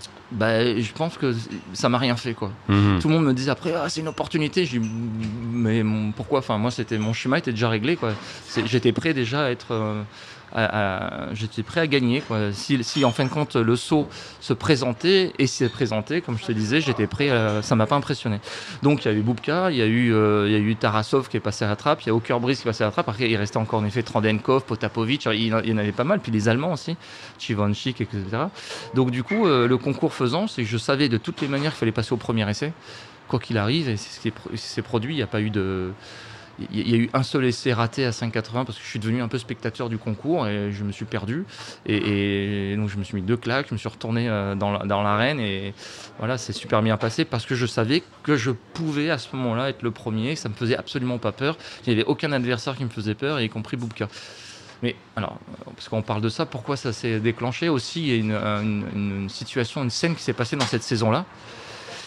Bah, je pense que ça m'a rien fait, quoi. Mmh. Tout le monde me disait après, ah, c'est une opportunité. Je dis, mais mon, pourquoi? Enfin, moi, c'était mon schéma était déjà réglé, quoi. C'est, j'étais prêt déjà à être, euh, à, à, j'étais prêt à gagner, quoi. Si, si en fin de compte le saut se présentait et s'est présenté, comme je te disais, j'étais prêt. À, ça m'a pas impressionné. Donc, il y a eu Bubka, il y a eu, euh, il y a eu Tarasov qui est passé à la trappe, il y a Oker Brice qui est passé à la trappe. Après, il restait encore en effet Trandenkov, Potapovic. Il, il y en avait pas mal. Puis les Allemands aussi, Chivanchik, et cetera. Donc, du coup, euh, le concours faisant, c'est que je savais de toutes les manières qu'il fallait passer au premier essai, quoi qu'il arrive, et c'est ce qui s'est produit. Il n'y a pas eu de, il y a eu un seul essai raté à cinq quatre-vingts parce que je suis devenu un peu spectateur du concours et je me suis perdu. Et, et donc je me suis mis deux claques, je me suis retourné dans, dans l'arène et voilà, c'est super bien passé parce que je savais que je pouvais à ce moment-là être le premier. Ça me faisait absolument pas peur. Il n'y avait aucun adversaire qui me faisait peur, y compris Bubka. Mais alors, parce qu'on parle de ça, pourquoi ça s'est déclenché aussi? Il y a une, une, une situation, une scène qui s'est passée dans cette saison-là.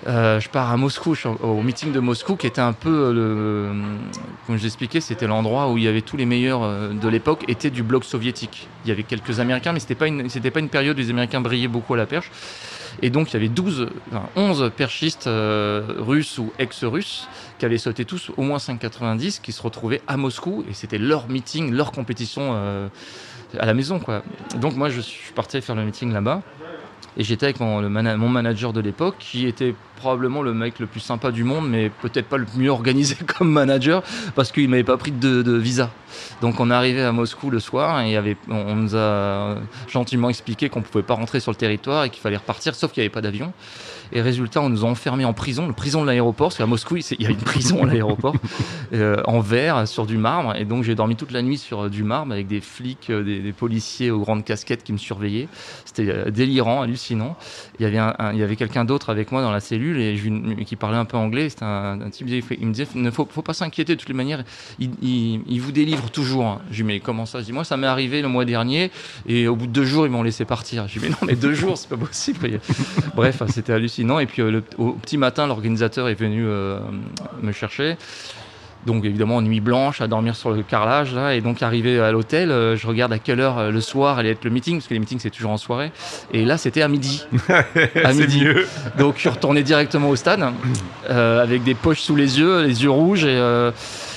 Euh, je pars à Moscou, je suis au meeting de Moscou, qui était un peu, le, comme je l'expliquais, c'était l'endroit où il y avait tous les meilleurs de l'époque, étaient du bloc soviétique. Il y avait quelques Américains, mais c'était pas une, c'était pas une période où les Américains brillaient beaucoup à la perche. Et donc il y avait douze, enfin, onze perchistes euh, russes ou ex-russes qui avaient sauté tous au moins cinq quatre-vingt-dix, qui se retrouvaient à Moscou, et c'était leur meeting, leur compétition euh, à la maison, quoi. Donc moi je suis parti faire le meeting là-bas. Et j'étais avec mon, le mana- mon manager de l'époque, qui était probablement le mec le plus sympa du monde, mais peut-être pas le mieux organisé comme manager, parce qu'il ne m'avait pas pris de, de visa. Donc on est arrivé à Moscou le soir, et il y avait, on nous a gentiment expliqué qu'on ne pouvait pas rentrer sur le territoire et qu'il fallait repartir, sauf qu'il n'y avait pas d'avion. Et résultat, on nous a enfermés en prison, le prison de l'aéroport, parce qu'à Moscou, il y a une prison à l'aéroport, euh, en verre, sur du marbre. Et donc, j'ai dormi toute la nuit sur du marbre avec des flics, euh, des, des policiers aux grandes casquettes qui me surveillaient. C'était euh, délirant, hallucinant. Il y avait, un, un, il y avait quelqu'un d'autre avec moi dans la cellule et je, qui parlait un peu anglais. C'était un, un type, il me disait, il ne faut, faut pas s'inquiéter de toutes les manières, il, il, il vous délivre toujours. Je lui dis, mais comment ça? Je dis, moi, ça m'est arrivé le mois dernier et au bout de deux jours, ils m'ont laissé partir. Je lui dis, mais non, mais deux jours, c'est pas possible. Bref, c'était hallucinant. Et puis euh, le, au petit matin, l'organisateur est venu euh, me chercher. Donc évidemment, nuit blanche, à dormir sur le carrelage. Là, et donc arrivé à l'hôtel, euh, je regarde à quelle heure euh, le soir allait être le meeting, parce que les meetings c'est toujours en soirée. Et là, c'était à midi. à midi. Mieux. Donc je suis retourné directement au stade, euh, avec des poches sous les yeux, les yeux rouges. Et, euh,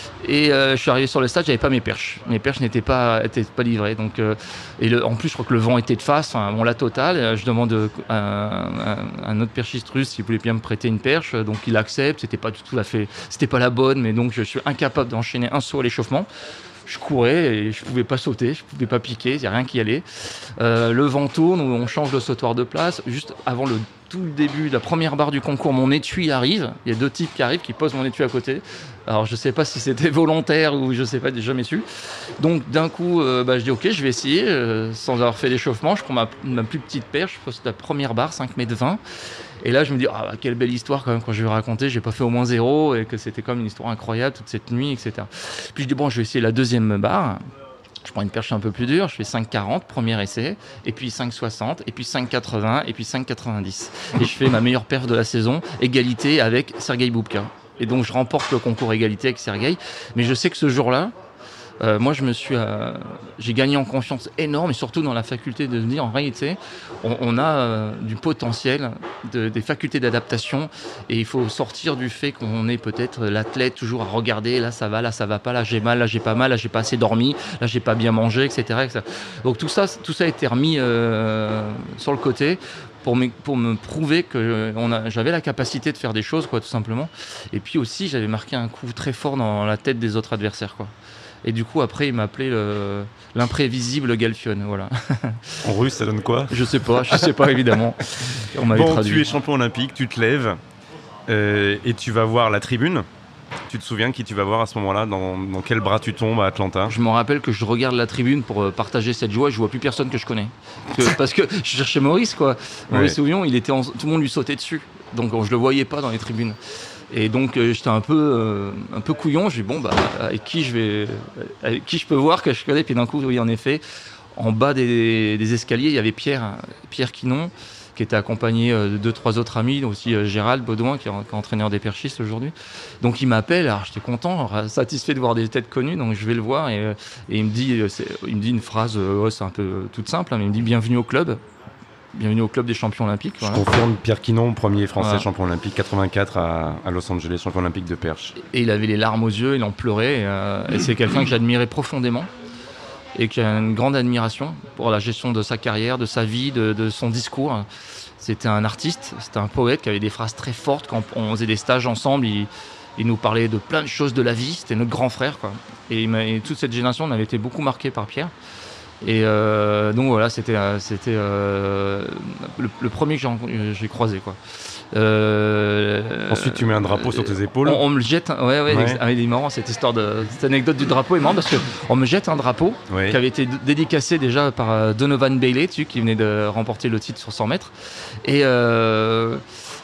et euh, je suis arrivé sur le stade, j'avais pas mes perches. Mes perches n'étaient pas, étaient pas livrées. Donc, euh, et le, en plus, je crois que le vent était de face, enfin, bon, la totale. Je demande à un, un autre perchiste russe s'il voulait bien me prêter une perche. Donc il accepte. C'était pas du tout la fait, c'était pas la bonne, mais donc je suis incapable d'enchaîner un saut à l'échauffement. Je courais et je pouvais pas sauter, je pouvais pas piquer, il n'y a rien qui allait. Euh, le vent tourne, on change le sautoir de place. Juste avant le tout le début, la première barre du concours, mon étui arrive. Il y a deux types qui arrivent, qui posent mon étui à côté. Alors je sais pas si c'était volontaire ou je sais pas, j'ai jamais su. Donc d'un coup, euh, bah, je dis ok, je vais essayer, euh, sans avoir fait d'échauffement. Je prends ma, ma plus petite perche, je pose la première barre, cinq mètres vingt. Et là, je me dis, ah, quelle belle histoire quand même, quand je vais raconter, j'ai pas fait au moins zéro, et que c'était comme une histoire incroyable toute cette nuit, et cetera. Puis je dis, bon, je vais essayer la deuxième barre. Je prends une perche un peu plus dure, je fais cinq quarante, premier essai, et puis cinq soixante, et puis cinq quatre-vingts, et puis cinq quatre-vingt-dix. Et je fais ma meilleure perf de la saison, égalité avec Sergueï Boubka. Et donc, je remporte le concours égalité avec Sergueï. Mais je sais que ce jour-là, Euh, moi, je me suis, euh, j'ai gagné en confiance énorme, et surtout dans la faculté de dire, en réalité, on, on a euh, du potentiel, de, des facultés d'adaptation, et il faut sortir du fait qu'on est peut-être l'athlète toujours à regarder, là ça va, là ça va pas, là j'ai mal, là j'ai pas mal, là j'ai pas assez dormi, là j'ai pas bien mangé, et cetera, et cetera. Donc tout ça, tout ça a été remis euh, sur le côté. Pour me, pour me prouver que on a, j'avais la capacité de faire des choses, quoi, tout simplement. Et puis aussi, j'avais marqué un coup très fort dans la tête des autres adversaires, quoi. Et du coup, après, il m'appelait le, l'imprévisible Galfione, voilà. En russe, ça donne quoi? Je sais pas, je sais pas, évidemment. On m'avait bon, traduit. Tu es champion olympique, tu te lèves euh, et tu vas voir la tribune. Tu te souviens qui tu vas voir à ce moment-là? Dans, dans quel bras tu tombes à Atlanta? Je me rappelle que je regarde la tribune pour euh, partager cette joie et je vois plus personne que je connais. Que, parce que je cherchais Maurice, quoi. Maurice ouais. Houillon, il était en, tout le monde lui sautait dessus. Donc je le voyais pas dans les tribunes. Et donc euh, j'étais un peu, euh, un peu couillon. Je dis bon, bah, avec qui je vais, avec qui je peux voir que je connais. Puis d'un coup, oui, en effet, en bas des, des escaliers, il y avait Pierre, Pierre Quinon, qui était accompagné de deux, trois autres amis, aussi euh, Gérald Baudouin, qui est, qui est entraîneur des perchistes aujourd'hui. Donc il m'appelle, alors j'étais content, satisfait de voir des têtes connues, donc je vais le voir et, et il, me dit, il me dit une phrase, euh, ouais, c'est un peu toute simple, hein, mais il me dit bienvenue au club. Bienvenue au club des champions olympiques. Je voilà. confirme, Pierre Quinon, premier français voilà. champion olympique, quatre-vingt-quatre à, à Los Angeles, champion olympique de perche. Et il avait les larmes aux yeux, il en pleurait, et, euh, et c'est quelqu'un que j'admirais profondément et qui a une grande admiration pour la gestion de sa carrière, de sa vie, de, de son discours. C'était un artiste, c'était un poète qui avait des phrases très fortes. Quand on faisait des stages ensemble, il, il nous parlait de plein de choses de la vie, c'était notre grand frère, quoi. Et, et toute cette génération, on avait été beaucoup marqués par Pierre. Et euh, donc voilà, c'était, c'était euh, le, le premier que j'ai, j'ai croisé, quoi. Euh, Ensuite, tu mets un drapeau euh, sur tes épaules. On, on me jette, ouais, ouais, ouais. Ah, il est marrant cette histoire de cette anecdote du drapeau est marrant parce que on me jette un drapeau ouais. qui avait été d- dédicacé déjà par Donovan Bailey, tu sais, qui venait de remporter le titre sur cent mètres. Et euh,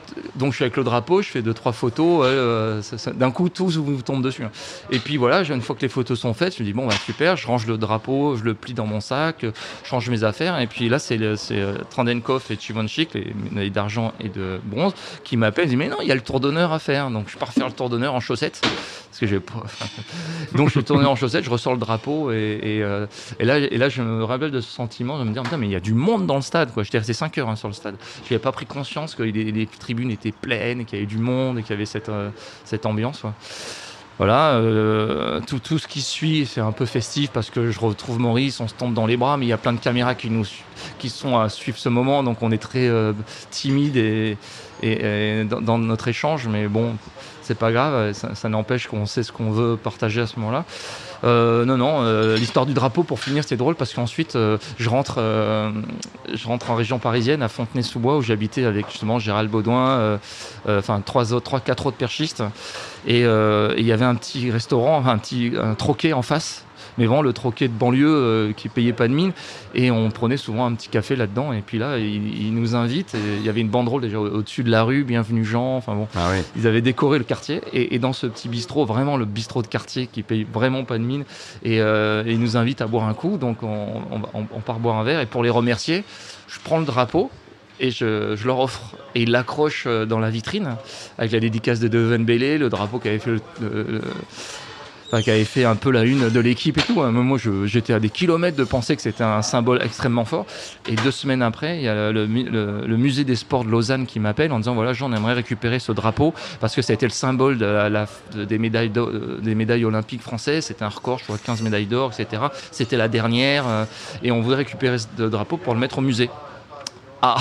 donc je suis avec le drapeau, je fais deux trois photos, euh, ça, ça, d'un coup tout vous tombe dessus. Hein. Et puis voilà, une fois que les photos sont faites, je me dis bon bah super, je range le drapeau, je le plie dans mon sac, je change mes affaires. Et puis là c'est, le, c'est Trendenkov et Chimonchik, les médailles d'argent et de bronze, qui m'appellent, ils disent mais non, il y a le tour d'honneur à faire. Donc je pars faire le tour d'honneur en chaussettes, parce que j'ai pas. Donc je tourne en chaussettes, je ressors le drapeau et, et, euh, et là et là je me rappelle de ce sentiment de me dire putain mais il y a du monde dans le stade quoi. J'étais resté cinq heures hein, sur le stade. Je n'avais pas pris conscience que les, les tribunes étaient pleines, qu'il y avait du monde et qu'il y avait cette, euh, cette ambiance. Ouais. Voilà, euh, tout, tout ce qui suit, c'est un peu festif parce que je retrouve Maurice, on se tombe dans les bras, mais il y a plein de caméras qui, nous, qui sont à suivre ce moment, donc on est très euh, timide et, et, et dans, dans notre échange, mais bon, c'est pas grave, ça, ça n'empêche qu'on sait ce qu'on veut partager à ce moment-là. Euh, non, non, euh, l'histoire du drapeau, pour finir, c'était drôle parce qu'ensuite, euh, je, rentre, euh, je rentre en région parisienne, à Fontenay-sous-Bois, où j'habitais avec justement Gérald Baudouin, enfin euh, euh, trois, autres, trois, quatre autres perchistes. Et il euh, y avait un petit restaurant, un petit un troquet en face, mais vraiment le troquet de banlieue euh, qui payait pas de mine. Et on prenait souvent un petit café là-dedans. Et puis là, ils, ils nous invitent. Il y avait une banderole déjà au-dessus de la rue, bienvenue Jean. Enfin bon, ah oui. Ils avaient décoré le quartier. Et, et dans ce petit bistrot, vraiment le bistrot de quartier qui paye vraiment pas de mine. Et, euh, et ils nous invitent à boire un coup. Donc on, on, on part boire un verre. Et pour les remercier, je prends le drapeau. Et je, je leur offre. Et ils l'accrochent dans la vitrine avec la dédicace de Devenbele, le drapeau qui avait fait, le, le, le, enfin, qui avait fait un peu la une de l'équipe et tout. Moi, je, j'étais à des kilomètres de penser que c'était un symbole extrêmement fort. Et deux semaines après, il y a le, le, le musée des sports de Lausanne qui m'appelle en disant voilà, Jean, on aimerait récupérer ce drapeau parce que ça a été le symbole de la, la, de, des, médailles des médailles olympiques françaises. C'était un record, je crois, quinze médailles d'or, et cetera. C'était la dernière. Et on voudrait récupérer ce drapeau pour le mettre au musée. Ah,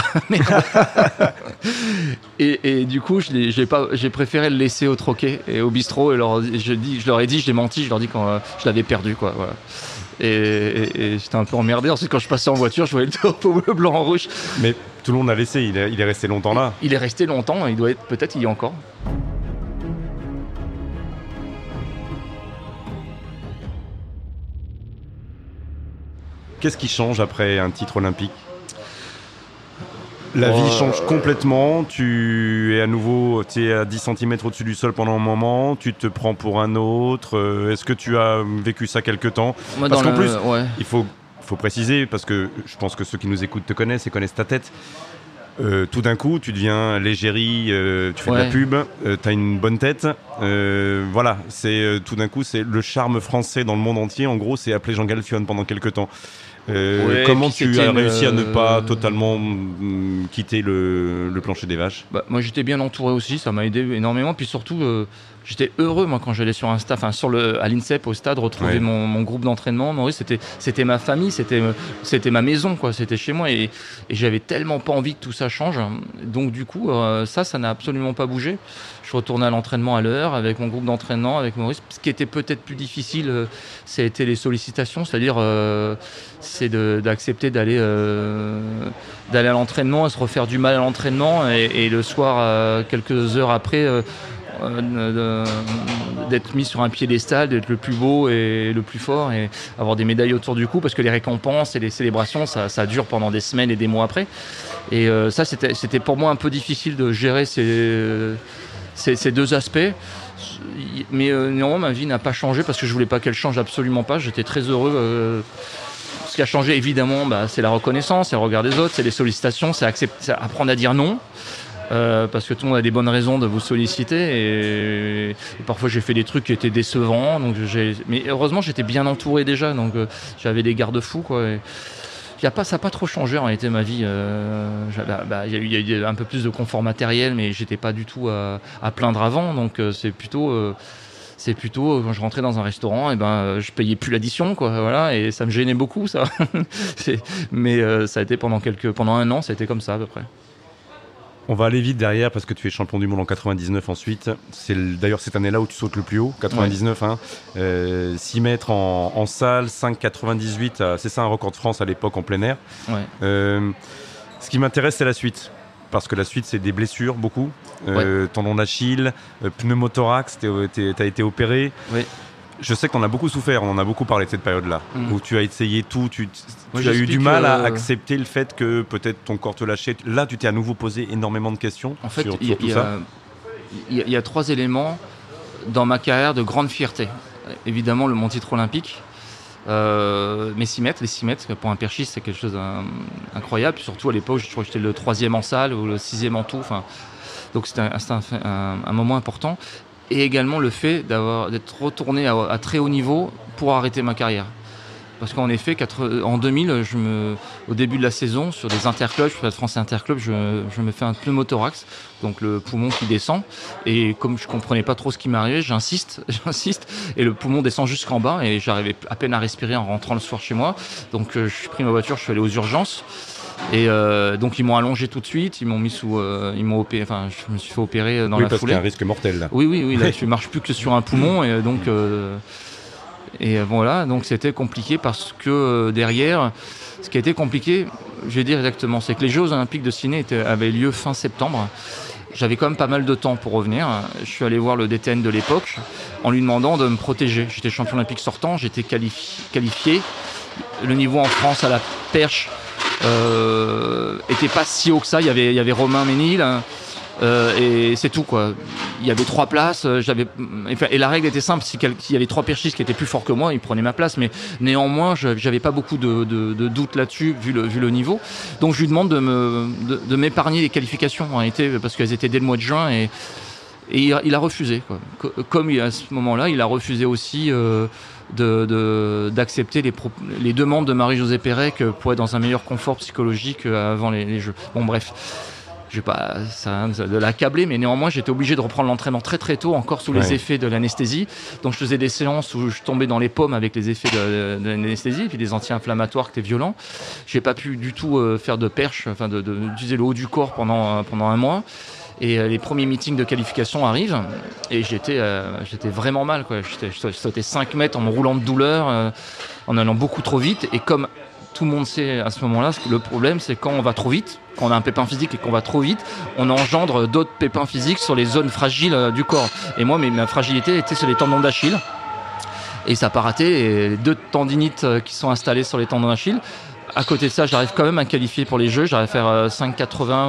et, et du coup, je l'ai, j'ai, pas, j'ai préféré le laisser au troquet et au bistrot. Et leur, je, dis, je leur ai dit, je l'ai menti, je leur ai dit quand euh, je l'avais perdu. Quoi, voilà. et, et, et j'étais un peu emmerdé. Ensuite, quand je passais en voiture, je voyais le drapeau bleu, blanc, en rouge. Mais tout le monde l'a laissé, il est, il est resté longtemps là. Il est resté longtemps, il doit être, peut-être il y a encore. Qu'est-ce qui change après un titre olympique ? La vie change complètement, tu es à nouveau tu es à dix centimètres au-dessus du sol pendant un moment, tu te prends pour un autre. Est-ce que tu as vécu ça quelque temps ? Moi, Parce qu'en le... plus, ouais. il faut, faut préciser, parce que je pense que ceux qui nous écoutent te connaissent et connaissent ta tête. Euh, tout d'un coup, tu deviens l'égérie, euh, tu fais ouais. de la pub, euh, tu as une bonne tête. Euh, voilà, c'est, euh, tout d'un coup, c'est le charme français dans le monde entier. En gros, c'est appelé Jean Galfionne pendant quelque temps. Euh, ouais, comment tu as réussi une... à ne pas totalement mm, quitter le, le plancher des vaches ? Bah, moi j'étais bien entouré aussi, ça m'a aidé énormément. Puis surtout, euh, j'étais heureux moi quand j'allais sur un stade, enfin sur le à l'INSEP au stade retrouver ouais. mon, mon groupe d'entraînement. Maurice, c'était c'était ma famille, c'était c'était ma maison quoi, c'était chez moi et, et j'avais tellement pas envie que tout ça change. Donc du coup, euh, ça, ça n'a absolument pas bougé. Je retournais à l'entraînement à l'heure avec mon groupe d'entraînement, avec Maurice. Ce qui était peut-être plus difficile, euh, ça a été les sollicitations, c'est-à-dire euh, c'est de, d'accepter d'aller, euh, d'aller à l'entraînement et se refaire du mal à l'entraînement et, et le soir, euh, quelques heures après, euh, euh, de, d'être mis sur un piédestal, d'être le plus beau et le plus fort et avoir des médailles autour du cou parce que les récompenses et les célébrations, ça, ça dure pendant des semaines et des mois après. Et euh, ça, c'était, c'était pour moi un peu difficile de gérer ces... Ces, ces deux aspects, mais euh, néanmoins ma vie n'a pas changé parce que je voulais pas qu'elle change absolument pas. J'étais très heureux. Euh, ce qui a changé évidemment, bah, c'est la reconnaissance, c'est le regard des autres, c'est les sollicitations, c'est, accepter, c'est apprendre à dire non. Euh, parce que tout le monde a des bonnes raisons de vous solliciter et, et parfois j'ai fait des trucs qui étaient décevants. Donc j'ai, mais heureusement j'étais bien entouré déjà, donc euh, j'avais des garde-fous quoi. Et, Y a pas, ça n'a pas trop changé en réalité ma vie. Euh, bah, bah, y a eu, y a eu un peu plus de confort matériel, mais j'étais pas du tout à, à plaindre avant. Donc euh, c'est plutôt, euh, c'est plutôt quand je rentrais dans un restaurant, et ben euh, je payais plus l'addition, quoi. Voilà, et ça me gênait beaucoup ça. c'est, mais euh, ça a été pendant quelques, pendant un an, ça a été comme ça à peu près. On va aller vite derrière parce que tu es champion du monde en quatre-vingt-dix-neuf ensuite. C'est le, d'ailleurs cette année-là où tu sautes le plus haut, quatre-vingt-dix-neuf. Ouais. Hein, euh, six mètres en, en salle, cinq virgule quatre-vingt-dix-huit. Euh, c'est ça un record de France à l'époque en plein air. Ouais. Euh, ce qui m'intéresse, c'est la suite. Parce que la suite, c'est des blessures, beaucoup. Euh, ouais. Tendon d'Achille, euh, pneumothorax, tu as été opéré. Ouais. je sais que tu en as beaucoup souffert, on en a beaucoup parlé de cette période-là, mmh. où tu as essayé tout, tu, Moi, tu as eu du mal euh... à accepter le fait que peut-être ton corps te lâchait. Là, tu t'es à nouveau posé énormément de questions en fait, sur, y, sur tout y ça. Il y, y a trois éléments dans ma carrière de grande fierté. Évidemment, le, mon titre olympique, euh, mes six mètres, les six mètres, pour un perchiste, c'est quelque chose d'incroyable. Surtout à l'époque, je crois que j'étais le troisième en salle ou le sixième en tout. Enfin, donc c'était, un, c'était un, un, un moment important. Et également le fait d'avoir, d'être retourné à, à très haut niveau pour arrêter ma carrière. Parce qu'en effet, quatre, en deux mille, je me, au début de la saison, sur des interclubs, je fais la France Interclub, je, je me fais un pneumothorax, donc le poumon qui descend. Et comme je comprenais pas trop ce qui m'arrivait, j'insiste, j'insiste, et le poumon descend jusqu'en bas, et j'arrivais à peine à respirer en rentrant le soir chez moi. Donc euh, je suis pris ma voiture, je suis allé aux urgences. Et euh, donc ils m'ont allongé tout de suite, ils m'ont mis sous, euh, ils m'ont opéré, enfin je me suis fait opérer dans oui, la parce foulée. Qu'il y a un risque mortel là. Oui, oui, oui, là tu marches plus que sur un poumon, et donc. Euh, Et voilà, donc c'était compliqué parce que euh, derrière, ce qui a été compliqué, je vais dire exactement, c'est que les Jeux Olympiques de Sydney étaient, avaient lieu fin septembre. J'avais quand même pas mal de temps pour revenir. Je suis allé voir le D T N de l'époque en lui demandant de me protéger. J'étais champion olympique sortant, j'étais qualifié. qualifié. Le niveau en France à la perche euh, était pas si haut que ça. Il y avait, il y avait Romain Ménil. Euh, et c'est tout quoi. Il y avait trois places, j'avais, et la règle était simple, c'est qu'il y avait trois perchistes qui étaient plus forts que moi, ils prenaient ma place, mais néanmoins j'avais pas beaucoup de, de, de doutes là-dessus vu le, vu le niveau. Donc je lui demande de, me, de, de m'épargner les qualifications en réalité, parce qu'elles étaient dès le mois de juin, et, et il, il a refusé quoi. Comme à ce moment-là, il a refusé aussi euh, de, de, d'accepter les, pro, les demandes de Marie-Josée Pérec pour être dans un meilleur confort psychologique avant les, les Jeux. Bon bref. Je vais pas ça, de l'accabler, mais néanmoins j'étais obligé de reprendre l'entraînement très très tôt, encore sous ouais. les effets de l'anesthésie. Donc je faisais des séances où je tombais dans les pommes avec les effets de, de, de l'anesthésie, puis des anti-inflammatoires qui étaient violents. J'ai pas pu du tout euh, faire de perche, enfin de, de, d'utiliser le haut du corps pendant, euh, pendant un mois. Et euh, les premiers meetings de qualification arrivent, et j'étais, euh, j'étais vraiment mal, quoi. J'étais, je sautais cinq mètres en me roulant de douleur, euh, en allant beaucoup trop vite, et comme tout le monde sait à ce moment-là, le problème c'est quand on va trop vite, quand on a un pépin physique et qu'on va trop vite, on engendre d'autres pépins physiques sur les zones fragiles du corps. Et moi, ma fragilité était sur les tendons d'Achille. Et ça n'a pas raté. Et les deux tendinites qui sont installées sur les tendons d'Achille. À côté de ça, j'arrive quand même à me qualifier pour les Jeux. J'arrive à faire cinq quatre-vingts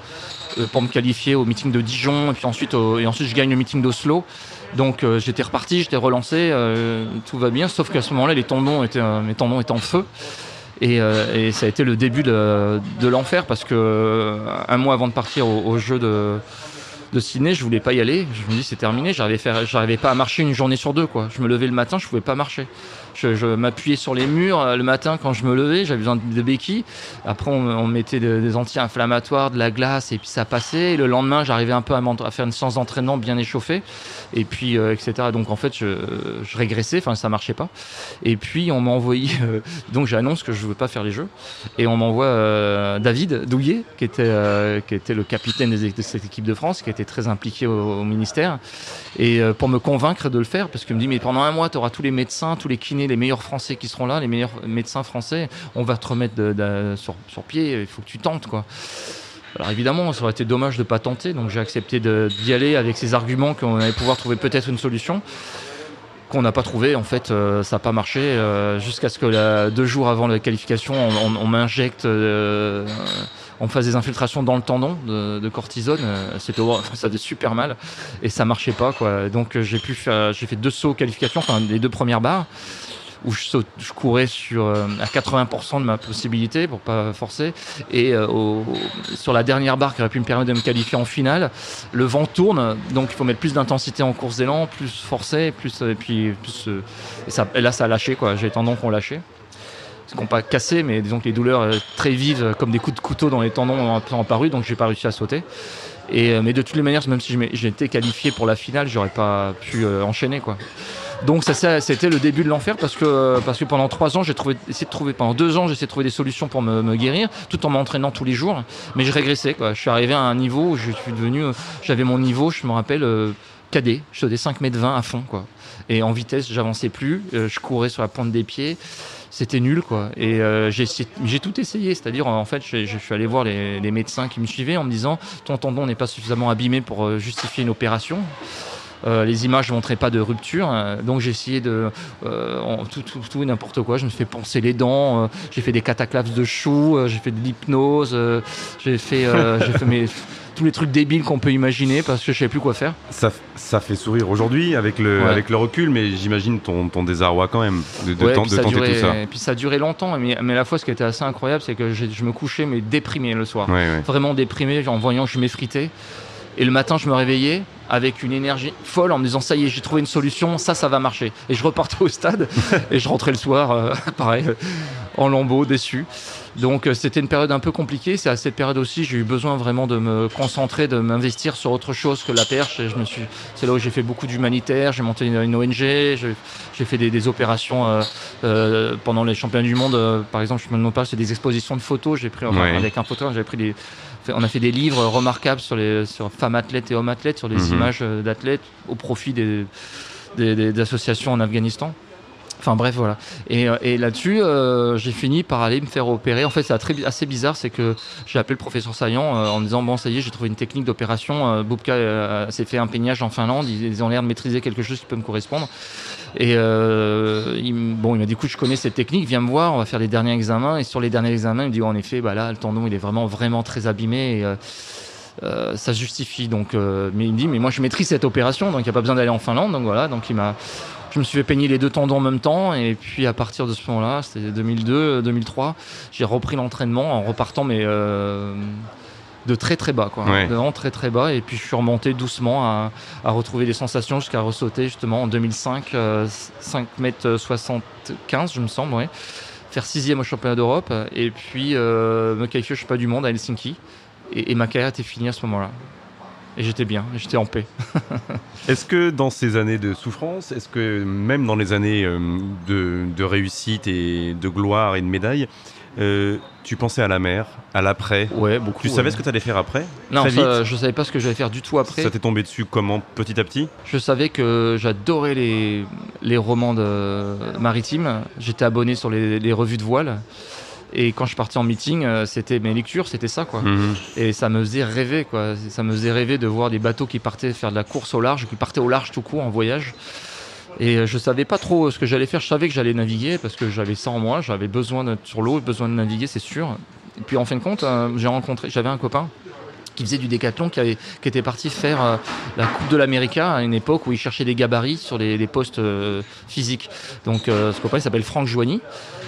ou, pour me qualifier au meeting de Dijon. Et puis ensuite, au, et ensuite je gagne le meeting d'Oslo. Donc euh, j'étais reparti, j'étais relancé. Euh, tout va bien. Sauf qu'à ce moment-là, les tendons étaient, euh, mes tendons étaient en feu. Et, euh, et ça a été le début de, de l'enfer parce que euh, un mois avant de partir au, au jeu de, de Sydney, je voulais pas y aller. Je me dis c'est terminé. J'arrivais, faire, j'arrivais pas à marcher une journée sur deux, quoi. Je me levais le matin, je pouvais pas marcher. Je, je m'appuyais sur les murs le matin quand je me levais. J'avais besoin de béquilles. Après, on, on mettait de, des anti-inflammatoires, de la glace, et puis ça passait. Et le lendemain, j'arrivais un peu à, à faire une séance d'entraînement bien échauffée, et puis euh, et cetera. Donc en fait, je, je régressais. Enfin, ça marchait pas. Et puis on m'a envoyé. Euh, donc j'annonce que je ne veux pas faire les Jeux, et on m'envoie euh, David Douillet, qui était euh, qui était le capitaine des, de cette équipe de France, qui était très impliqué au, au ministère, et euh, pour me convaincre de le faire, parce qu'il me dit mais pendant un mois, tu auras tous les médecins, tous les kinés, les meilleurs Français qui seront là, les meilleurs médecins français, on va te remettre de, de, sur, sur pied, il faut que tu tentes, quoi. Alors évidemment, ça aurait été dommage de ne pas tenter, donc j'ai accepté de, d'y aller avec ces arguments qu'on allait pouvoir trouver peut-être une solution, qu'on n'a pas trouvé. En fait, euh, ça n'a pas marché, euh, jusqu'à ce que la, deux jours avant la qualification, on, on, on m'injecte, euh, on me fasse des infiltrations dans le tendon de, de cortisone. C'était, ça faisait super mal et ça marchait pas, quoi. Donc j'ai pu faire, j'ai fait deux sauts qualification, enfin les deux premières barres, où je, saute, je courais sur, euh, à quatre-vingts pour cent de ma possibilité pour pas forcer, et euh, au, sur la dernière barre qui aurait pu me permettre de me qualifier en finale, le vent tourne, donc il faut mettre plus d'intensité en course d'élan, plus forcer, plus, et puis plus, euh, et, ça, et là ça a lâché, quoi. J'ai les tendons qui ont lâché, qui n'ont pas cassé, mais disons que les douleurs euh, très vives, comme des coups de couteau dans les tendons, ont apparu, donc j'ai pas réussi à sauter. Et, mais de toutes les manières, même si j'étais qualifié pour la finale, j'aurais pas pu euh, enchaîner, quoi. Donc ça, ça, c'était le début de l'enfer, parce que, parce que pendant trois ans, j'ai trouvé, essayé de trouver, pendant deux ans, j'ai essayé de trouver des solutions pour me, me guérir, tout en m'entraînant tous les jours, mais je régressais, quoi. Je suis arrivé à un niveau où je suis devenu, j'avais mon niveau, je me rappelle, euh, cadet, je faisais cinq mètres vingt à fond, quoi. Et en vitesse, j'avançais plus, euh, je courais sur la pointe des pieds. C'était nul, quoi. Et euh, j'ai, j'ai tout essayé, c'est-à-dire en fait je, je suis allé voir les, les médecins qui me suivaient en me disant ton tendon n'est pas suffisamment abîmé pour euh, justifier une opération. Euh, les images ne montraient pas de rupture, euh, donc j'ai essayé de euh, en, tout, tout, tout et n'importe quoi. Je me suis fait poncer les dents, euh, j'ai fait des cataclapses de choux, euh, j'ai fait de l'hypnose, euh, j'ai fait, euh, j'ai fait mes, tous les trucs débiles qu'on peut imaginer parce que je ne savais plus quoi faire. Ça, ça fait sourire aujourd'hui avec le, ouais. avec le recul, mais j'imagine ton, ton désarroi quand même de, de, ouais, temps, de tenter duré, tout ça. Et puis ça a duré longtemps, mais, mais à la fois ce qui était assez incroyable, c'est que je, je me couchais mais déprimé le soir. Ouais, ouais. Vraiment déprimé en voyant que je m'effritais. Et le matin, je me réveillais avec une énergie folle en me disant ça y est, j'ai trouvé une solution, ça, ça va marcher. Et je repartais au stade et je rentrais le soir, euh, pareil, en lambeaux, déçu. Donc euh, c'était une période un peu compliquée. C'est à cette période aussi, j'ai eu besoin vraiment de me concentrer, de m'investir sur autre chose que la perche. Et je me suis, c'est là où j'ai fait beaucoup d'humanitaire. J'ai monté une, une O N G, j'ai, j'ai fait des, des opérations euh, euh, pendant les championnats du monde. Euh, par exemple, je me demande pas, c'est des expositions de photos. J'ai pris enfin, ouais. avec un photographe, j'avais pris des on a fait des livres remarquables sur les sur femmes athlètes et hommes athlètes, sur les mmh. images d'athlètes au profit des, des, des, des associations en Afghanistan. Enfin bref, voilà. Et, et là-dessus, euh, j'ai fini par aller me faire opérer. En fait, c'est très, assez bizarre, c'est que j'ai appelé le professeur Saillant euh, en me disant bon, ça y est, j'ai trouvé une technique d'opération. Euh, Boubka euh, s'est fait un peignage en Finlande. Ils, ils ont l'air de maîtriser quelque chose qui peut me correspondre. Et euh, il, bon, il m'a dit écoute, je connais cette technique, viens me voir, on va faire les derniers examens. Et sur les derniers examens, il me dit oh, en effet, bah là, le tendon, il est vraiment, vraiment très abîmé. Et, euh, Euh, ça justifie donc euh, mais il me dit mais moi je maîtrise cette opération donc il n'y a pas besoin d'aller en Finlande donc voilà donc il m'a je me suis fait peigner les deux tendons en même temps et puis à partir de ce moment-là c'était deux mille deux deux mille trois j'ai repris l'entraînement en repartant mais euh, de très très bas quoi ouais. de vraiment très très bas et puis je suis remonté doucement à, à retrouver des sensations jusqu'à ressauter justement en deux mille cinq euh, cinq mètres soixante-quinze je me semble ouais faire sixième au championnat d'Europe et puis euh, me qualifier au championnat du monde à Helsinki. Et, et ma carrière était finie à ce moment-là. Et j'étais bien, j'étais en paix. Est-ce que dans ces années de souffrance, est-ce que même dans les années euh, de, de réussite et de gloire et de médailles, euh, tu pensais à la mer, à l'après? Ouais, beaucoup. Tu ouais. savais ce que tu allais faire après? Non, Très ça, vite. je savais pas ce que j'allais faire du tout après. Ça t'est tombé dessus comment, petit à petit? Je savais que j'adorais les, les romans de, maritimes. J'étais abonné sur les, les revues de voile. Et quand je partais en meeting, c'était mes lectures, c'était ça quoi. Mmh. Et ça me faisait rêver quoi. Ça me faisait rêver de voir des bateaux qui partaient faire de la course au large, qui partaient au large tout court en voyage. Et je savais pas trop ce que j'allais faire. Je savais que j'allais naviguer parce que j'avais ça en moi. J'avais besoin d'être sur l'eau, besoin de naviguer, c'est sûr. Et puis en fin de compte, j'ai rencontré, j'avais un copain qui faisait du décathlon, qui, avait, qui était parti faire euh, la Coupe de l'América à une époque où il cherchait des gabarits sur les, les postes euh, physiques. Donc euh, ce copain il s'appelle Franck Joigny.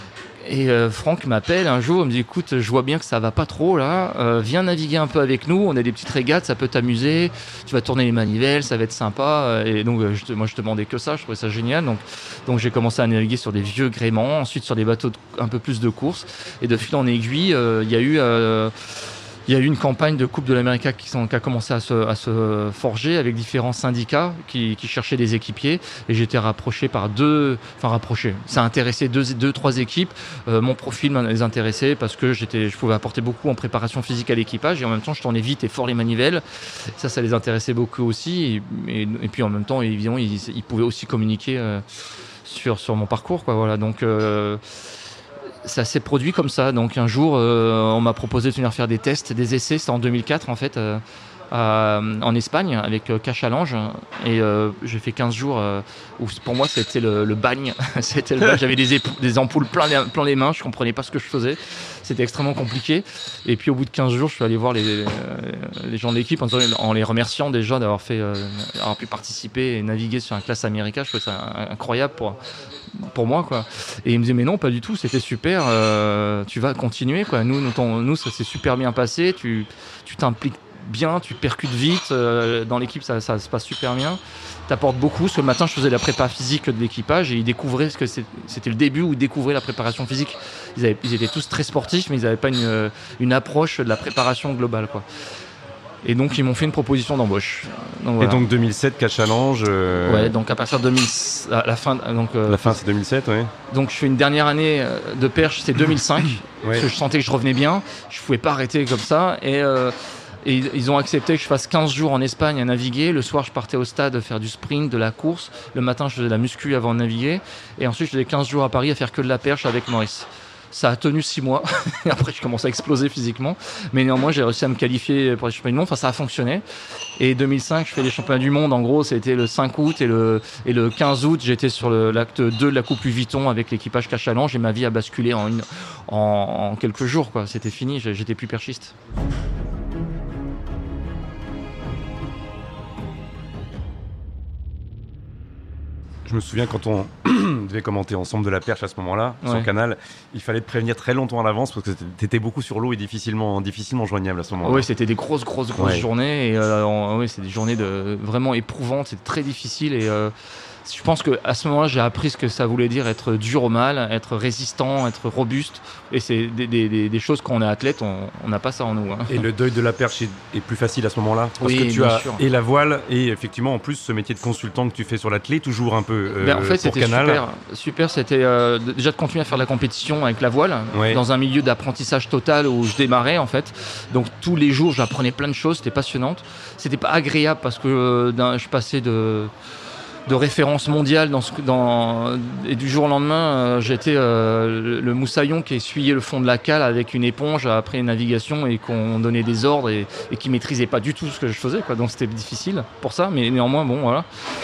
Et euh, Franck m'appelle un jour, il me dit écoute, je vois bien que ça va pas trop là, euh, viens naviguer un peu avec nous, on a des petites régates, ça peut t'amuser, tu vas tourner les manivelles, ça va être sympa. Et donc euh, je, moi je demandais que ça, je trouvais ça génial. Donc, donc j'ai commencé à naviguer sur des vieux gréements, ensuite sur des bateaux de, un peu plus de course. Et de fil en aiguille, il euh, y a eu... Euh, Il y a eu une campagne de Coupe de l'Amérique qui, qui a commencé à se, à se forger avec différents syndicats qui, qui cherchaient des équipiers et j'ai été rapproché par deux, enfin rapproché, ça a intéressé deux, deux trois équipes. Euh, mon profil les intéressait parce que j'étais, je pouvais apporter beaucoup en préparation physique à l'équipage et en même temps je tournais vite et fort les manivelles. Ça, ça les intéressait beaucoup aussi et, et, et puis en même temps, évidemment, ils, ils pouvaient aussi communiquer euh, sur, sur mon parcours, quoi. Voilà, donc. Euh, Ça s'est produit comme ça. Donc un jour, euh, on m'a proposé de venir faire des tests, des essais. C'était en deux mille quatre en fait, euh, à, en Espagne avec euh, Cachalange. Et euh, j'ai fait quinze jours euh, où pour moi c'était le, le bagne. c'était le bagne. J'avais des, épou- des ampoules plein les, plein les mains. Je comprenais pas ce que je faisais. C'était extrêmement compliqué. Et puis au bout de quinze jours, je suis allé voir les, les, les gens de l'équipe en, en les remerciant déjà d'avoir fait, euh, d'avoir pu participer et naviguer sur un classe America. Je trouvais ça incroyable pour pour moi quoi. Et il me disait mais non pas du tout, c'était super, euh, tu vas continuer quoi. Nous nous, ton, nous ça s'est super bien passé, tu tu t'impliques bien, tu percutes vite euh, dans l'équipe, ça, ça se passe super bien, t'apportes beaucoup. Ce matin je faisais la prépa physique de l'équipage et ils découvraient ce que c'est, c'était le début où ils découvraient la préparation physique. Ils, avaient, ils étaient tous très sportifs mais ils n'avaient pas une, une approche de la préparation globale quoi. Et donc ils m'ont fait une proposition d'embauche. Donc, voilà. Et donc deux mille sept, Cachalange. Euh... Ouais, donc à partir de deux mille, à la fin, donc euh, la fin c'est deux mille sept, ouais. Donc je fais une dernière année de perche, c'est deux mille cinq, ouais. Parce que je sentais que je revenais bien, je pouvais pas arrêter comme ça, et, euh, et ils ont accepté que je fasse quinze jours en Espagne à naviguer. Le soir je partais au stade faire du sprint, de la course. Le matin je faisais de la muscu avant de naviguer, et ensuite je faisais quinze jours à Paris à faire que de la perche avec Maurice. Ça a tenu six mois. Après, je commence à exploser physiquement. Mais néanmoins, j'ai réussi à me qualifier pour les championnats du monde. Enfin, ça a fonctionné. Et deux mille cinq, je fais les championnats du monde. En gros, c'était le cinq août et le, et le quinze août, j'étais sur le, l'acte deux de la Coupe Louis Vuitton avec l'équipage Cachalange et ma vie a basculé en, une, en, en quelques jours, quoi. C'était fini. J'étais plus perchiste. Je me souviens quand on devait commenter ensemble de la perche à ce moment-là, ouais. sur Canal, il fallait te prévenir très longtemps à l'avance parce que t'étais beaucoup sur l'eau et difficilement, difficilement joignable à ce moment-là. Oui, c'était des grosses, grosses, grosses ouais. journées. Et euh, on, oui, c'était des journées de, vraiment éprouvantes, c'était très difficile. Et euh, je pense qu'à ce moment-là, j'ai appris ce que ça voulait dire être dur au mal, être résistant, être robuste. Et c'est des, des, des, des choses quand on est athlète, on n'a pas ça en nous. Hein. Et le deuil de la perche est, est plus facile à ce moment-là parce oui, que tu as sûr. et la voile et effectivement en plus ce métier de consultant que tu fais sur l'athlète, toujours un peu euh, ben en fait, pour c'était Canal. Super, super c'était euh, déjà de continuer à faire de la compétition avec la voile ouais. dans un milieu d'apprentissage total où je démarrais en fait. Donc tous les jours, j'apprenais plein de choses, c'était passionnant. C'était pas agréable parce que euh, je passais de de référence mondiale dans ce, dans, et du jour au lendemain euh, j'étais euh, le, le moussaillon qui essuyait le fond de la cale avec une éponge après une navigation et qu'on donnait des ordres et, et qui maîtrisait pas du tout ce que je faisais quoi. Donc c'était difficile pour ça mais néanmoins bon voilà.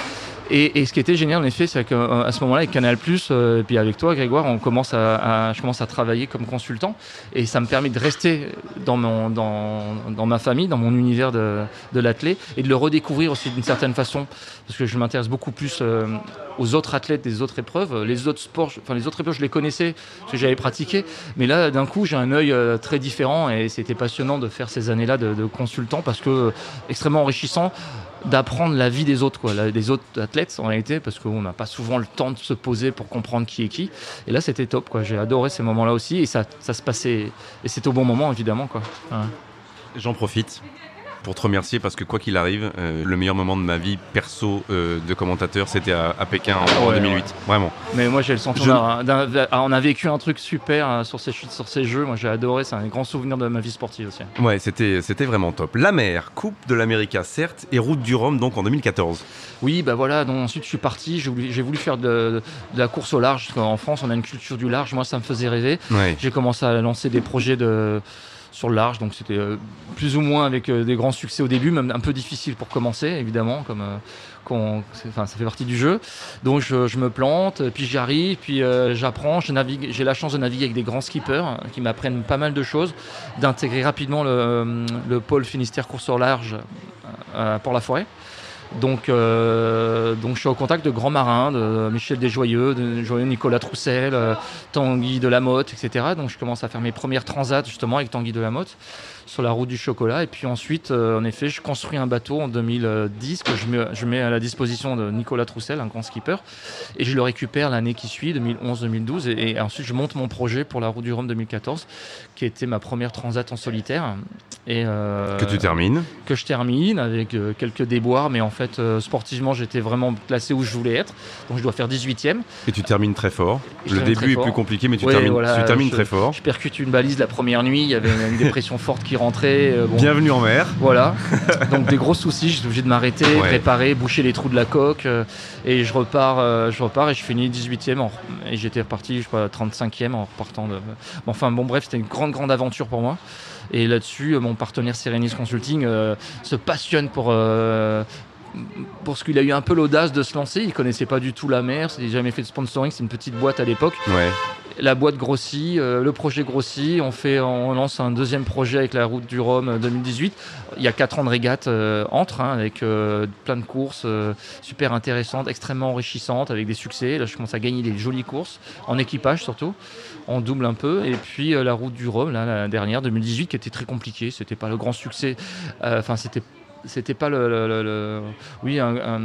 Et, et ce qui était génial en effet, c'est qu'à ce moment-là avec Canal+, euh, et puis avec toi Grégoire, on commence à, à, je commence à travailler comme consultant et ça me permet de rester dans, mon, dans, dans ma famille, dans mon univers de, de l'athlète et de le redécouvrir aussi d'une certaine façon parce que je m'intéresse beaucoup plus euh, aux autres athlètes des autres épreuves. Les autres sports, je, enfin les autres épreuves je les connaissais parce que j'avais pratiqué, mais là d'un coup j'ai un œil euh, très différent et c'était passionnant de faire ces années-là de, de consultant parce que euh, extrêmement enrichissant d'apprendre la vie des autres, quoi, la, des autres athlètes en réalité, parce qu'on n'a pas souvent le temps de se poser pour comprendre qui est qui. Et là, c'était top, quoi. J'ai adoré ces moments-là aussi, et ça, ça se passait, et c'était au bon moment, évidemment, quoi. Ouais. J'en profite pour te remercier parce que quoi qu'il arrive, euh, le meilleur moment de ma vie perso euh, de commentateur, c'était à, à Pékin en, ouais, en deux mille huit, ouais. Vraiment. Mais moi, j'ai le sentiment Je... d'un, d'un, on a vécu un truc super hein, sur ces sur ces jeux. Moi, j'ai adoré. C'est un grand souvenir de ma vie sportive aussi. Ouais, c'était c'était vraiment top. La mer, Coupe de l'América, certes, et Route du Rhum, donc en deux mille quatorze. Oui, bah voilà. Donc ensuite, je suis parti. J'ai voulu, j'ai voulu faire de, de la course au large. Parce qu'en France, on a une culture du large. Moi, ça me faisait rêver. Ouais. J'ai commencé à lancer des projets de sur le large, donc c'était euh, plus ou moins avec euh, des grands succès au début, même un peu difficile pour commencer, évidemment, comme euh, qu'on, enfin, ça fait partie du jeu. Donc je, je me plante, puis j'y arrive, puis euh, j'apprends, je navigue, j'ai la chance de naviguer avec des grands skippers hein, qui m'apprennent pas mal de choses, d'intégrer rapidement le, le pôle Finistère course au large euh, pour la forêt. Donc, euh, donc je suis au contact de grands marins, de Michel Desjoyeux, de Joyeux Nicolas Troussel, euh, Tanguy Delamotte, et cetera. Donc je commence à faire mes premières transats justement avec Tanguy Delamotte sur la route du chocolat. Et puis ensuite, euh, en effet, je construis un bateau en deux mille dix que je mets, je mets à la disposition de Nicolas Troussel, un grand skipper. Et je le récupère l'année qui suit, deux mille onze deux mille douze. Et, et ensuite, je monte mon projet pour la route du Rhum deux mille quatorze, qui était ma première transat en solitaire. Et, euh, que tu termines Que je termine avec euh, quelques déboires, mais en fait, euh, sportivement, j'étais vraiment placé où je voulais être. Donc, je dois faire dix-huitième. Et tu termines très fort. Je Le début est plus compliqué, mais tu ouais, termines, voilà, tu termines je, très fort. Je percute une balise la première nuit. Il y avait une dépression forte qui rentrait. Euh, bon. Bienvenue en mer. Voilà. Donc, des gros soucis. J'étais obligé de m'arrêter, ouais. préparer, boucher les trous de la coque. Euh, et je repars, euh, je repars et je finis dix-huitième. En, et j'étais reparti, je crois, trente-cinquième en repartant de. Bon, enfin, bon, bref, c'était une grande, grande aventure pour moi. Et là-dessus, mon partenaire Serenis Consulting euh, se passionne pour, euh, pour ce qu'il a eu un peu l'audace de se lancer. Il ne connaissait pas du tout la mer, il n'a jamais fait de sponsoring, c'est une petite boîte à l'époque. Ouais. La boîte grossit, euh, le projet grossit, on, fait, on lance un deuxième projet avec la route du Rhum deux mille dix-huit. Il y a quatre ans de régate euh, entre, hein, avec euh, plein de courses euh, super intéressantes, extrêmement enrichissantes, avec des succès. Là, je commence à gagner des jolies courses, en équipage surtout. On double un peu. Et puis euh, la route du Rhum, là, la dernière, deux mille dix-huit, qui était très compliquée. C'était pas le grand succès. Enfin, euh, c'était, c'était pas le... le, le, le oui, un... un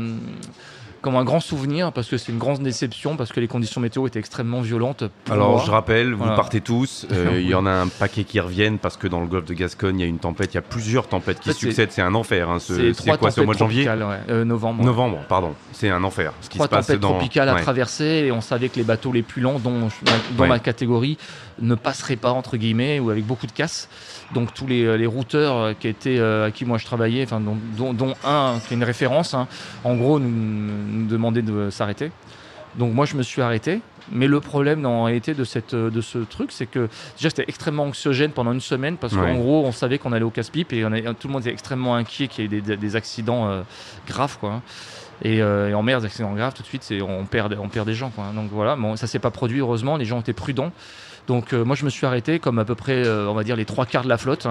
comme un grand souvenir, parce que c'est une grande déception, parce que les conditions météo étaient extrêmement violentes. Alors moi. je rappelle, vous voilà. partez tous, euh, il y en a un paquet qui reviennent, parce que dans le golfe de Gascogne, il y a une tempête, il y a plusieurs tempêtes qui en fait, succèdent, c'est, c'est un enfer. Hein, ce, c'est, c'est quoi, c'est au mois de janvier ouais. euh, Novembre. Novembre, ouais. pardon, c'est un enfer. Ce qui trois se passe tempêtes dans... tropicales à ouais. traverser, et on savait que les bateaux les plus lents, dont, dont ouais. ma catégorie, ne passeraient pas, entre guillemets, ou avec beaucoup de casse. Donc tous les, les routeurs qui étaient, euh, à qui moi je travaillais, enfin, dont, dont, dont un qui est une référence, hein, en gros nous, nous demandaient de s'arrêter. Donc moi je me suis arrêté. Mais le problème en réalité de, cette, de ce truc, c'est que déjà c'était extrêmement anxiogène pendant une semaine parce ouais. qu'en gros on savait qu'on allait au casse-pipe et on a, tout le monde était extrêmement inquiet qu'il y ait des, des accidents euh, graves quoi. Et, euh, et en mer, des accidents graves tout de suite c'est, on, perd, on perd des gens quoi. Donc voilà, bon, ça s'est pas produit heureusement, les gens étaient prudents. Donc euh, moi je me suis arrêté comme à peu près euh, on va dire les trois quarts de la flotte.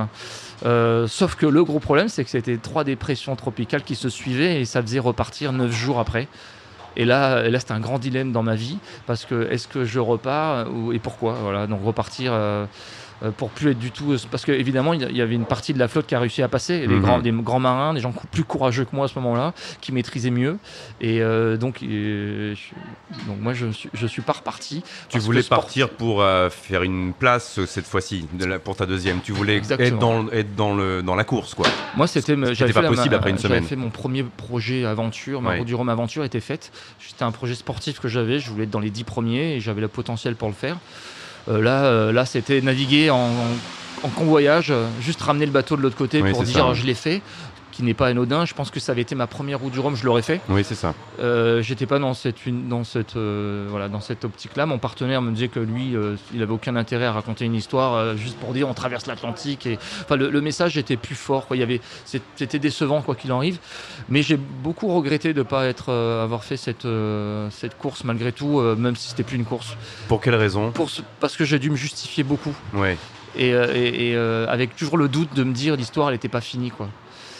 Euh, sauf que le gros problème c'est que c'était trois dépressions tropicales qui se suivaient et ça faisait repartir neuf jours après. Et là, et là, c'était un grand dilemme dans ma vie parce que est-ce que je repars ou, et pourquoi voilà, donc repartir euh, pour plus être du tout. Parce qu'évidemment, il y avait une partie de la flotte qui a réussi à passer, des, mmh. grands, des grands marins, des gens plus courageux que moi à ce moment-là, qui maîtrisaient mieux. Et euh, donc, et, je, donc, moi, je ne suis, je suis pas reparti. Tu voulais sport... partir pour euh, faire une place cette fois-ci, de la, pour ta deuxième. Tu voulais Exactement. être, dans, être dans, le, dans la course, quoi. Moi, c'était. C'était j'avais pas fait possible la, après une j'avais semaine. J'avais fait mon premier projet aventure, ma ouais. route du Rhum aventure était faite. C'était un projet sportif que j'avais. Je voulais être dans les dix premiers et j'avais le potentiel pour le faire. Euh, là, euh, là, c'était naviguer en, en en convoyage, juste ramener le bateau de l'autre côté oui, pour dire ça. Je l'ai fait, qui n'est pas anodin. Je pense que ça avait été ma première route du Rhum, je l'aurais fait. Oui, c'est ça. Euh, j'étais pas dans cette, une, dans cette, euh, voilà, dans cette optique-là. Mon partenaire me disait que lui, euh, il avait aucun intérêt à raconter une histoire euh, juste pour dire on traverse l'Atlantique. Et enfin, le, le message était plus fort. Quoi. Il y avait, c'était décevant quoi qu'il en arrive. Mais j'ai beaucoup regretté de ne pas être, euh, avoir fait cette, euh, cette course malgré tout, euh, même si c'était plus une course. Pour quelle raison ? Pour, Parce que j'ai dû me justifier beaucoup. Ouais. Et, euh, et, et euh, avec toujours le doute de me dire l'histoire elle n'était pas finie quoi.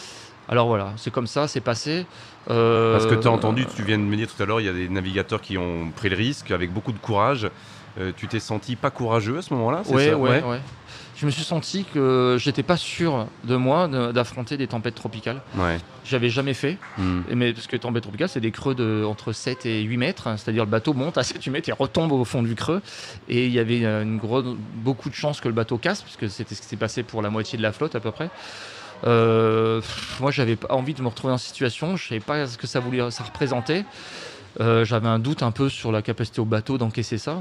Alors voilà, c'est comme ça, c'est passé. Euh, Parce que tu as entendu, tu viens de me dire tout à l'heure, il y a des navigateurs qui ont pris le risque avec beaucoup de courage. Euh, tu t'es senti pas courageux à ce moment-là ? Oui, ouais, ouais, ouais. Je me suis senti que j'étais pas sûr de moi de, d'affronter des tempêtes tropicales. Ouais. J'avais jamais fait. Mm. Mais, parce que les tempêtes tropicales, c'est des creux de, entre sept et huit mètres. C'est-à-dire le bateau monte à sept huit mètres et retombe au fond du creux. Et il y avait une grosse, beaucoup de chances que le bateau casse, puisque c'était ce qui s'est passé pour la moitié de la flotte à peu près. Euh, moi, j'avais pas envie de me retrouver en situation. Je savais pas ce que ça voulait, ça représentait. Euh, j'avais un doute un peu sur la capacité au bateau d'encaisser ça.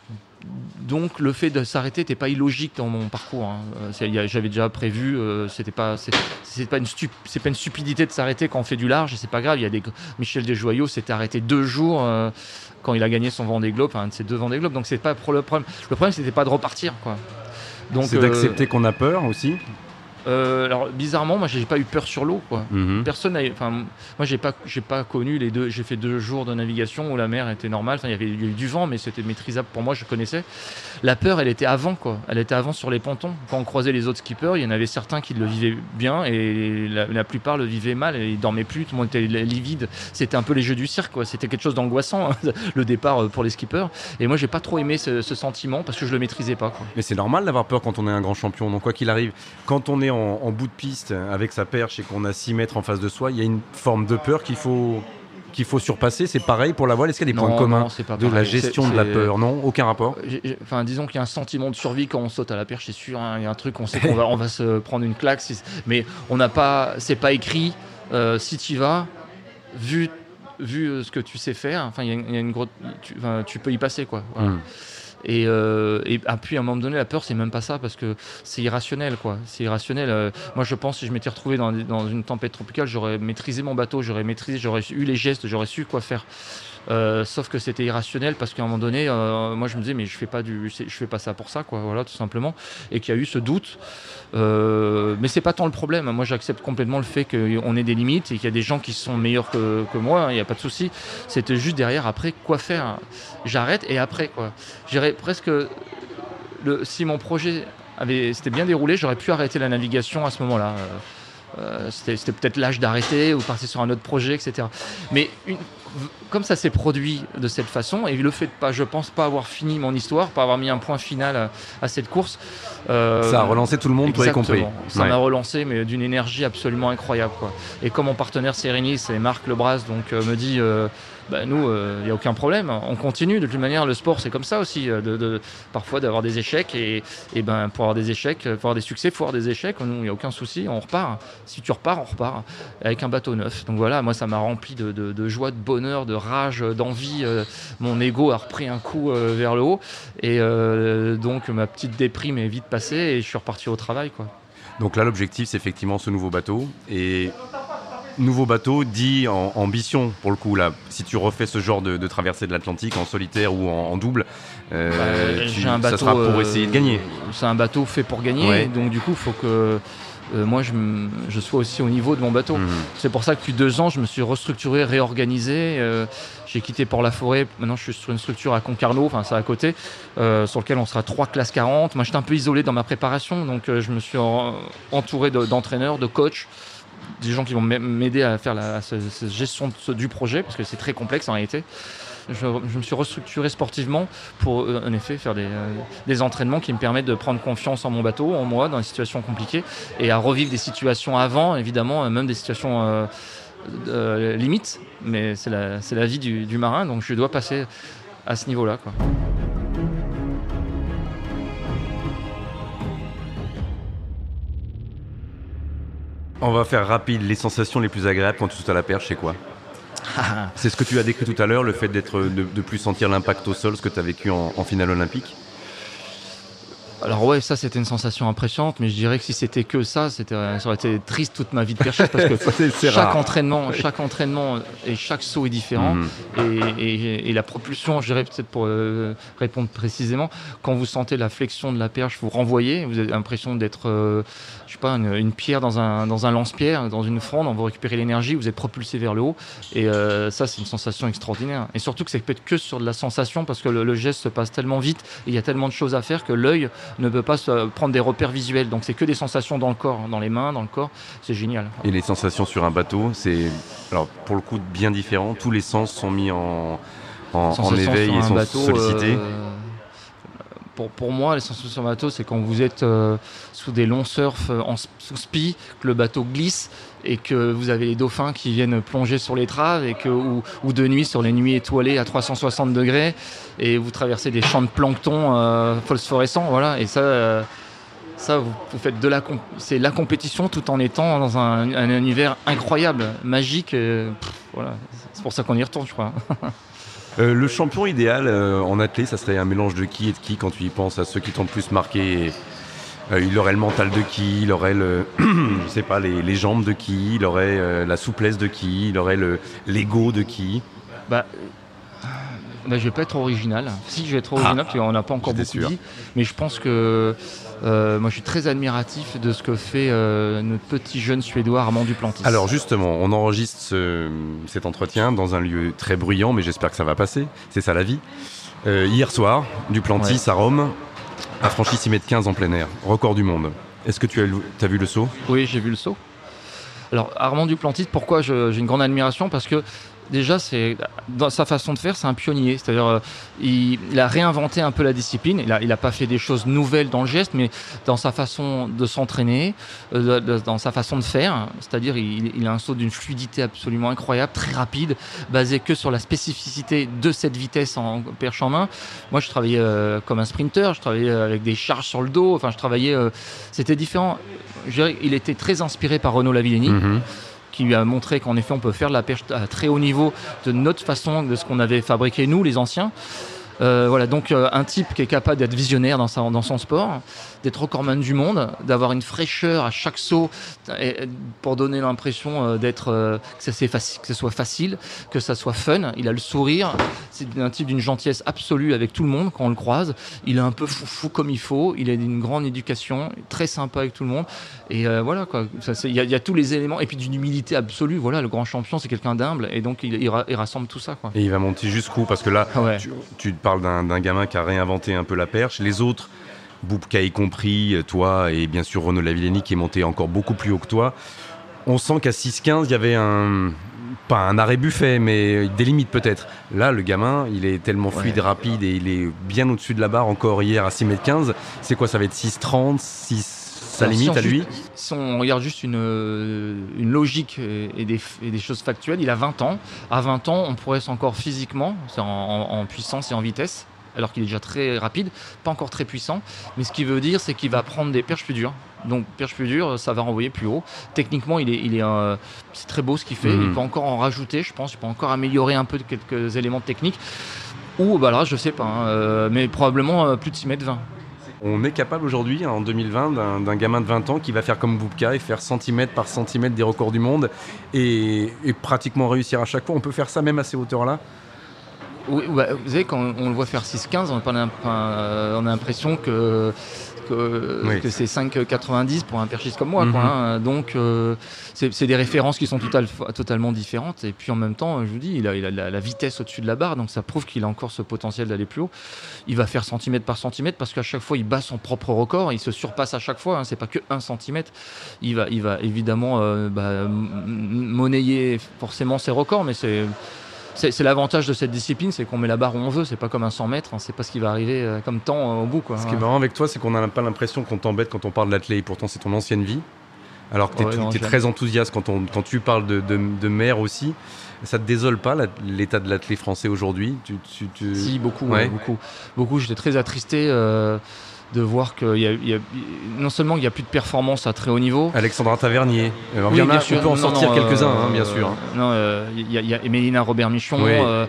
Donc le fait de s'arrêter n'était pas illogique dans mon parcours. Hein. C'est, y a, j'avais déjà prévu, euh, c'était pas, c'est, c'est, pas une stup, c'est pas une stupidité de s'arrêter quand on fait du large, et c'est pas grave. Il y a des, Michel Desjoyaux s'était arrêté deux jours euh, quand il a gagné son Vendée Globe, enfin, un de ses deux Vendée Globe. Donc c'est pas pour le problème. Le problème c'était pas de repartir, quoi. Donc, c'est euh, d'accepter qu'on a peur aussi. Euh, alors bizarrement, moi j'ai pas eu peur sur l'eau, quoi. Mm-hmm. Personne, enfin moi j'ai pas, j'ai pas connu les deux. J'ai fait deux jours de navigation où la mer était normale. Enfin il y avait eu du vent, mais c'était maîtrisable pour moi. Je connaissais. La peur, elle était avant, quoi. Elle était avant sur les pontons. Quand on croisait les autres skippers, il y en avait certains qui le vivaient bien et la, la plupart le vivaient mal. Et ils dormaient plus. Tout le monde était livide. C'était un peu les jeux du cirque, quoi. C'était quelque chose d'angoissant, hein, le départ pour les skippers. Et moi j'ai pas trop aimé ce, ce sentiment parce que je le maîtrisais pas, quoi. Mais c'est normal d'avoir peur quand on est un grand champion. Donc quoi qu'il arrive, quand on est En, en bout de piste avec sa perche et qu'on a six mètres en face de soi, il y a une forme de peur qu'il faut, qu'il faut surpasser. C'est pareil pour la voile. Est-ce qu'il y a des non, points communs non, de la gestion c'est, de la c'est... peur ? Non, aucun rapport. J'ai, j'ai, enfin, disons qu'il y a un sentiment de survie quand on saute à la perche, c'est sûr. Hein, il y a un truc, on sait qu'on va, on va se prendre une claque, si, mais on n'a pas, c'est pas écrit. Euh, si tu y vas, vu, vu ce que tu sais faire, enfin, il y a, il y a une grosse, tu, enfin, tu peux y passer, quoi. Voilà. Mm. Et, euh, et puis à un moment donné, la peur, c'est même pas ça parce que c'est irrationnel, quoi. C'est irrationnel. Euh, moi, je pense que si je m'étais retrouvé dans, dans une tempête tropicale, j'aurais maîtrisé mon bateau, j'aurais maîtrisé, j'aurais eu les gestes, j'aurais su quoi faire. Euh, sauf que c'était irrationnel parce qu'à un moment donné, euh, moi je me disais mais je fais pas du, je fais pas ça pour ça, quoi. Voilà, tout simplement. Et qu'il y a eu ce doute. Euh, mais c'est pas tant le problème. Moi, j'accepte complètement le fait qu'on ait des limites et qu'il y a des gens qui sont meilleurs que, que moi. Il n'y a pas de souci. C'était juste derrière, après, quoi faire ? J'arrête et après, quoi. J'irais presque. Le, si mon projet avait, s'était bien déroulé, j'aurais pu arrêter la navigation à ce moment-là. Euh, c'était, c'était peut-être l'âge d'arrêter ou partir sur un autre projet, et cetera. Mais une, comme ça s'est produit de cette façon, et le fait de pas, je pense pas avoir fini mon histoire, pas avoir mis un point final à, à cette course, euh, ça a relancé tout le monde, toi y compris. Ça ouais. m'a relancé, mais d'une énergie absolument incroyable, quoi. Et comme mon partenaire Sérénis et Marc Lebras donc euh, me dit. Euh, Bah, nous, il euh, n'y a aucun problème, on continue. De toute manière, le sport, c'est comme ça aussi, de, de, parfois d'avoir des échecs. Et, et ben, pour avoir des échecs, pour avoir des succès, il faut avoir des échecs. Nous, il n'y a aucun souci, on repart. Si tu repars, on repart avec un bateau neuf. Donc voilà, moi, ça m'a rempli de, de, de joie, de bonheur, de rage, d'envie. Euh, mon ego a repris un coup euh, vers le haut. Et euh, donc, ma petite déprime est vite passée et je suis reparti au travail, quoi. Donc là, l'objectif, c'est effectivement ce nouveau bateau. Et nouveau bateau dit en, ambition pour le coup là. Si tu refais ce genre de, de traversée de l'Atlantique en solitaire ou en, en double, euh, bah, tu, j'ai un bateau, ça sera pour essayer de gagner. Euh, c'est un bateau fait pour gagner, ouais. donc du coup il faut que euh, moi je, je sois aussi au niveau de mon bateau. Mmh. C'est pour ça que depuis deux ans je me suis restructuré, réorganisé. Euh, j'ai quitté Port-la-Forêt, maintenant je suis sur une structure à Concarneau, enfin c'est à côté, euh, sur lequel on sera trois classes quarante. Moi j'étais un peu isolé dans ma préparation, donc euh, je me suis en, entouré de, d'entraîneurs, de coachs, des gens qui vont m'aider à faire la, cette, cette gestion de ce, du projet, parce que c'est très complexe en réalité. Je, je me suis restructuré sportivement pour euh, en effet faire des, euh, des entraînements qui me permettent de prendre confiance en mon bateau, en moi, dans des situations compliquées, et à revivre des situations avant, évidemment, même des situations euh, euh, limites, mais c'est la, c'est la vie du, du marin, donc je dois passer à ce niveau-là, quoi. On va faire rapide. Les sensations les plus agréables quand tu sautes à la perche, c'est quoi? C'est ce que tu as décrit tout à l'heure, le fait d'être, de, de plus sentir l'impact au sol, ce que tu as vécu en, en finale olympique. Alors ouais, ça c'était une sensation impressionnante, mais je dirais que si c'était que ça, c'était, ça aurait été triste toute ma vie de perchiste, parce que c'est, c'est chaque rare. entraînement, chaque entraînement et chaque saut est différent, mmh. et, et, et la propulsion, je dirais peut-être pour euh, répondre précisément, quand vous sentez la flexion de la perche, vous renvoyez, vous avez l'impression d'être, euh, je sais pas, une, une pierre dans un dans un lance-pierre, dans une fronde, vous récupérez l'énergie, vous êtes propulsé vers le haut, et euh, ça c'est une sensation extraordinaire. Et surtout que ça peut être que sur de la sensation, parce que le, le geste se passe tellement vite, et il y a tellement de choses à faire que l'œil ne peut pas se prendre des repères visuels, donc c'est que des sensations dans le corps, dans les mains, dans le corps, c'est génial. Et les sensations sur un bateau, c'est alors pour le coup bien différent, tous les sens sont mis en, en, en éveil et sont bateau, sollicités. Euh, pour, pour moi, les sensations sur un bateau, c'est quand vous êtes euh, sous des longs surfs, en, sous spi, que le bateau glisse et que vous avez les dauphins qui viennent plonger sur l'étrave, et que, ou, ou de nuit sur les nuits étoilées à trois cent soixante degrés, et vous traversez des champs de plancton euh, phosphorescents, voilà, et ça, euh, ça vous, vous faites de la, comp- c'est la compétition tout en étant dans un, un univers incroyable, magique, et, pff, voilà, c'est pour ça qu'on y retourne, je crois. euh, le champion idéal euh, en athlète, ça serait un mélange de qui et de qui quand tu y penses à ceux qui t'ont le plus marqué et... Euh, il aurait le mental de qui, il aurait le, je sais pas, les, les jambes de qui, il aurait euh, la souplesse de qui, il aurait le, l'ego de qui. Bah, bah, je vais pas être original. Si, je vais être original, ah, parce qu'on n'a pas encore beaucoup sûr. dit. Mais je pense que euh, moi, je suis très admiratif de ce que fait euh, notre petit jeune Suédois Armand Duplantis. Alors justement, on enregistre ce, cet entretien dans un lieu très bruyant, mais j'espère que ça va passer. C'est ça la vie. Euh, hier soir, Duplantis ouais. à Rome a franchi six mètres quinze en plein air, record du monde. Est-ce que tu as, as vu le saut ? Oui, j'ai vu le saut. Alors, Armand Duplantis, pourquoi je, j'ai une grande admiration ? Parce que déjà, c'est, dans sa façon de faire, c'est un pionnier. C'est-à-dire, euh, il, il a réinventé un peu la discipline. Il n'a il a pas fait des choses nouvelles dans le geste, mais dans sa façon de s'entraîner, euh, de, dans sa façon de faire. C'est-à-dire, il, il a un saut d'une fluidité absolument incroyable, très rapide, basé que sur la spécificité de cette vitesse en perche en main. Moi, je travaillais euh, comme un sprinter, je travaillais avec des charges sur le dos. Enfin, je travaillais... Euh, c'était différent. Je dirais, il était très inspiré par Renaud Lavillenie. Mmh. Qui lui a montré qu'en effet on peut faire de la perche à très haut niveau de notre façon, de ce qu'on avait fabriqué nous les anciens. Euh, voilà, donc euh, un type qui est capable d'être visionnaire dans, sa, dans son sport, d'être recordman du monde, d'avoir une fraîcheur à chaque saut et, pour donner l'impression euh, d'être, euh, que, ça, c'est faci- que ça soit facile, que ça soit fun. Il a le sourire, c'est un type d'une gentillesse absolue avec tout le monde quand on le croise. Il est un peu foufou comme il faut, il a une grande éducation, très sympa avec tout le monde. Et euh, voilà, quoi. Il y, y a tous les éléments, et puis d'une humilité absolue. Voilà, le grand champion, c'est quelqu'un d'humble, et donc il, il, il rassemble tout ça, quoi. Et il va monter jusqu'où ? Parce que là, ouais. tu, tu parles d'un, d'un gamin qui a réinventé un peu la perche. Les autres, Boubka y compris, toi et bien sûr Renaud Lavillenie qui est monté encore beaucoup plus haut que toi. On sent qu'à six quinze, il y avait un... pas un arrêt buffet, mais des limites peut-être. Là, le gamin, il est tellement fluide, ouais. rapide, et il est bien au-dessus de la barre encore hier à six mètres quinze. C'est quoi, ça va être six trente, six... sa Alors, limite si à lui juste, Si on regarde juste une, une logique et des, et des choses factuelles, il a vingt ans. À vingt ans, on pourrait encore physiquement, c'est en, en, en puissance et en vitesse, alors qu'il est déjà très rapide, pas encore très puissant. Mais ce qui veut dire, c'est qu'il va prendre des perches plus dures. Donc, perche plus dure, ça va renvoyer plus haut. Techniquement, il est, il est, euh, c'est très beau ce qu'il fait. Mmh. Il peut encore en rajouter, je pense. Il peut encore améliorer un peu de quelques éléments techniques. Ou, bah là, je sais pas, hein, euh, mais probablement euh, plus de six mètres vingt. On est capable aujourd'hui, en deux mille vingt, d'un, d'un gamin de vingt ans qui va faire comme Boubka et faire centimètre par centimètre des records du monde et, et pratiquement réussir à chaque fois. On peut faire ça même à ces hauteurs-là? Oui, bah, vous savez, quand on le voit faire six quinze, on a, pas, euh, on a l'impression que, que, oui. que c'est cinq quatre-vingt-dix pour un perchiste comme moi. Mm-hmm. Quoi, hein. Donc, euh, c'est, c'est des références qui sont total, totalement différentes. Et puis, en même temps, je vous dis, il a, il a la, la vitesse au-dessus de la barre. Donc, ça prouve qu'il a encore ce potentiel d'aller plus haut. Il va faire centimètre par centimètre parce qu'à chaque fois, il bat son propre record. Il se surpasse à chaque fois. Hein. C'est pas que un centimètre. Il va, il va évidemment euh, bah, monnayer forcément ses records, mais c'est... C'est, c'est l'avantage de cette discipline, c'est qu'on met la barre où on veut, c'est pas comme un cent mètres, hein, c'est pas ce qui va arriver euh, comme temps euh, au bout. Quoi. Ce qui est marrant avec toi, c'est qu'on n'a pas l'impression qu'on t'embête quand on parle de l'athlète, pourtant c'est ton ancienne vie. Alors que tu es ouais, très enthousiaste quand, on, quand tu parles de, de, de mer aussi. Ça te désole pas la, l'état de l'athlète français aujourd'hui? tu, tu, tu... Si, beaucoup, ouais. Ouais, beaucoup, beaucoup. J'étais très attristé euh, de voir que y a, y a, non seulement il n'y a plus de performance à très haut niveau. Alexandra Tavernier, euh, oui, bien sûr, on peut en non, sortir non, quelques-uns, euh, hein, bien sûr. Hein. Non, il euh, y, y a Mélina Robert-Michon, oui. euh,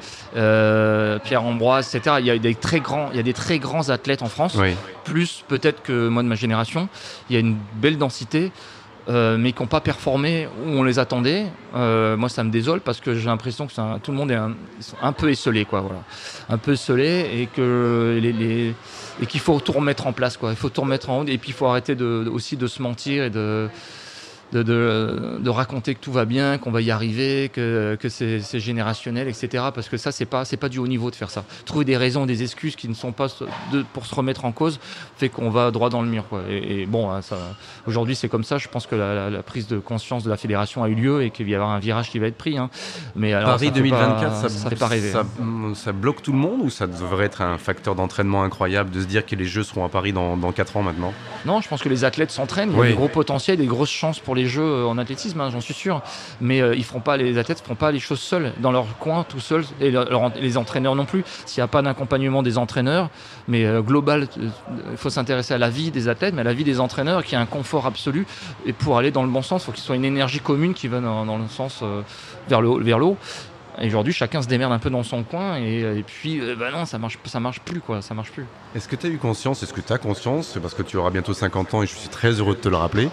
euh, Pierre Ambroise, et cetera. Il y a des très grands, il y a des très grands athlètes en France, oui. Plus peut-être que moi de ma génération. Il y a une belle densité. Euh, mais qui n'ont pas performé où on les attendait. Euh, moi, ça me désole parce que j'ai l'impression que un, tout le monde est un, un peu esselé, quoi, voilà. Un peu esselé et, que les, les, et qu'il faut tout remettre en place, quoi. Il faut tout remettre en haut et puis il faut arrêter de, aussi de se mentir et de, de, de, de raconter que tout va bien, qu'on va y arriver, que, que c'est, c'est générationnel, et cetera. Parce que ça, c'est pas, c'est pas du haut niveau de faire ça. Trouver des raisons, des excuses qui ne sont pas de, pour se remettre en cause fait qu'on va droit dans le mur, quoi. Et, et bon, ça, aujourd'hui, c'est comme ça. Je pense que la, la, la prise de conscience de la fédération a eu lieu et qu'il va y avoir un virage qui va être pris. Hein. Mais alors, Paris ça deux mille vingt-quatre, pas, ça, ça fait pas rêver. Ça, hein. ça bloque tout le monde ou ça devrait être un facteur d'entraînement incroyable de se dire que les Jeux seront à Paris dans, dans quatre ans maintenant? Non, je pense que les athlètes s'entraînent. Il y a oui. des gros potentiels, des grosses chances pour les Jeux en athlétisme, hein, j'en suis sûr. Mais euh, ils feront pas, les athlètes ne feront pas les choses seuls, dans leur coin, tout seuls, et leur, les entraîneurs non plus. S'il n'y a pas d'accompagnement des entraîneurs, mais euh, global, il euh, faut s'intéresser à la vie des athlètes, mais à la vie des entraîneurs, qui a un confort absolu. Et pour aller dans le bon sens, il faut qu'il soit une énergie commune qui va dans, dans le sens euh, vers le haut, vers le haut. Et aujourd'hui, chacun se démerde un peu dans son coin et, et puis, euh, bah non, ça marche, ça marche plus, quoi, ça marche plus. Est-ce que tu as eu conscience, est-ce que tu as conscience, parce que tu auras bientôt cinquante ans et je suis très heureux de te le rappeler,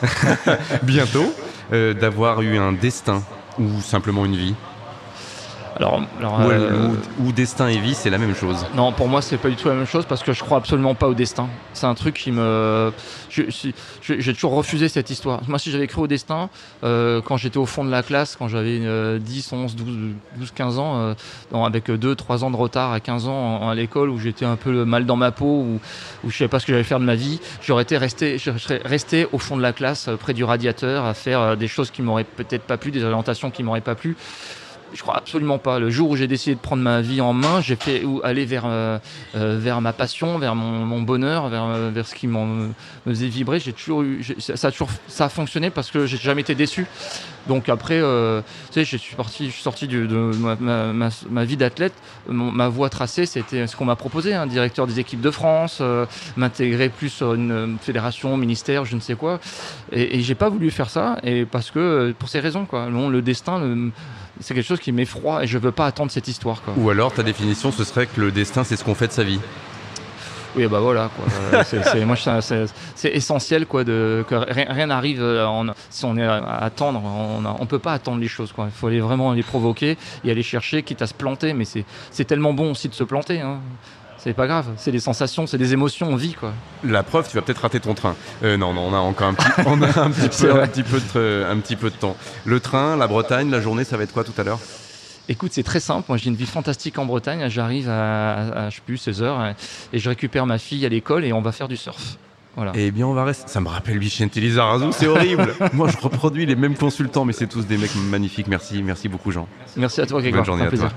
bientôt, euh, d'avoir eu un destin ou simplement une vie? Alors, alors, ou, euh, ou, ou destin et vie, c'est la même chose? Non, pour moi, c'est pas du tout la même chose parce que je crois absolument pas au destin. C'est un truc qui me... Je, je, j'ai toujours refusé cette histoire. Moi, si j'avais cru au destin, euh, quand j'étais au fond de la classe, quand j'avais euh, dix, onze, douze, quinze ans, euh, dans, avec deux, trois ans de retard à quinze ans en, à l'école, où j'étais un peu mal dans ma peau, où, où je savais pas ce que j'allais faire de ma vie, j'aurais été resté, je serais resté au fond de la classe, près du radiateur, à faire des choses qui m'auraient peut-être pas plu, des orientations qui m'auraient pas plu. Je crois absolument pas. Le jour où j'ai décidé de prendre ma vie en main, j'ai fait aller vers euh, vers ma passion, vers mon, mon bonheur, vers vers ce qui m'en, me faisait vibrer. J'ai toujours eu, j'ai, ça a toujours ça a fonctionné parce que j'ai jamais été déçu. Donc après, euh, tu sais, je suis parti, je suis sorti de, de ma, ma, ma, ma vie d'athlète. Mon, ma voie tracée, c'était ce qu'on m'a proposé, hein, directeur des équipes de France, euh, m'intégrer plus sur une fédération, ministère, je ne sais quoi. Et, et j'ai pas voulu faire ça, et parce que pour ces raisons, quoi. Non, le destin. Le, c'est quelque chose qui m'effraie et je veux pas attendre cette histoire, quoi. Ou alors ta définition ce serait que le destin c'est ce qu'on fait de sa vie. Oui, bah voilà, quoi. c'est, c'est, moi, c'est, c'est essentiel, quoi, de, que rien n'arrive en, si on est à attendre. On a, on peut pas attendre les choses, quoi. Il faut aller vraiment les provoquer et aller chercher, quitte à se planter. Mais c'est, c'est tellement bon aussi de se planter, hein. C'est pas grave, c'est des sensations, c'est des émotions, on vit, quoi. La preuve, tu vas peut-être rater ton train. Euh, non, non, on a encore un petit, on a un petit peu, un petit peu de, un petit peu de temps. Le train, la Bretagne, la journée, ça va être quoi tout à l'heure? Écoute, c'est très simple. Moi, j'ai une vie fantastique en Bretagne. J'arrive à, à, à je sais plus, seize heures et je récupère ma fille à l'école et on va faire du surf. Voilà. Eh bien, on va rester. Ça me rappelle Vicente Lizarazu, c'est horrible. Moi, je reproduis les mêmes consultants, mais c'est tous des mecs magnifiques. Merci, merci beaucoup, Jean. Merci à toi, Grégoire. Bonne journée à plaisir. toi.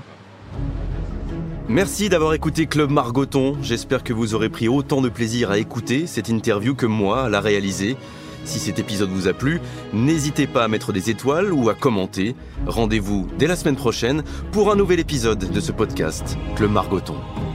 Merci d'avoir écouté Club Margoton. J'espère que vous aurez pris autant de plaisir à écouter cette interview que moi à la réaliser. Si cet épisode vous a plu, n'hésitez pas à mettre des étoiles ou à commenter. Rendez-vous dès la semaine prochaine pour un nouvel épisode de ce podcast, Club Margoton.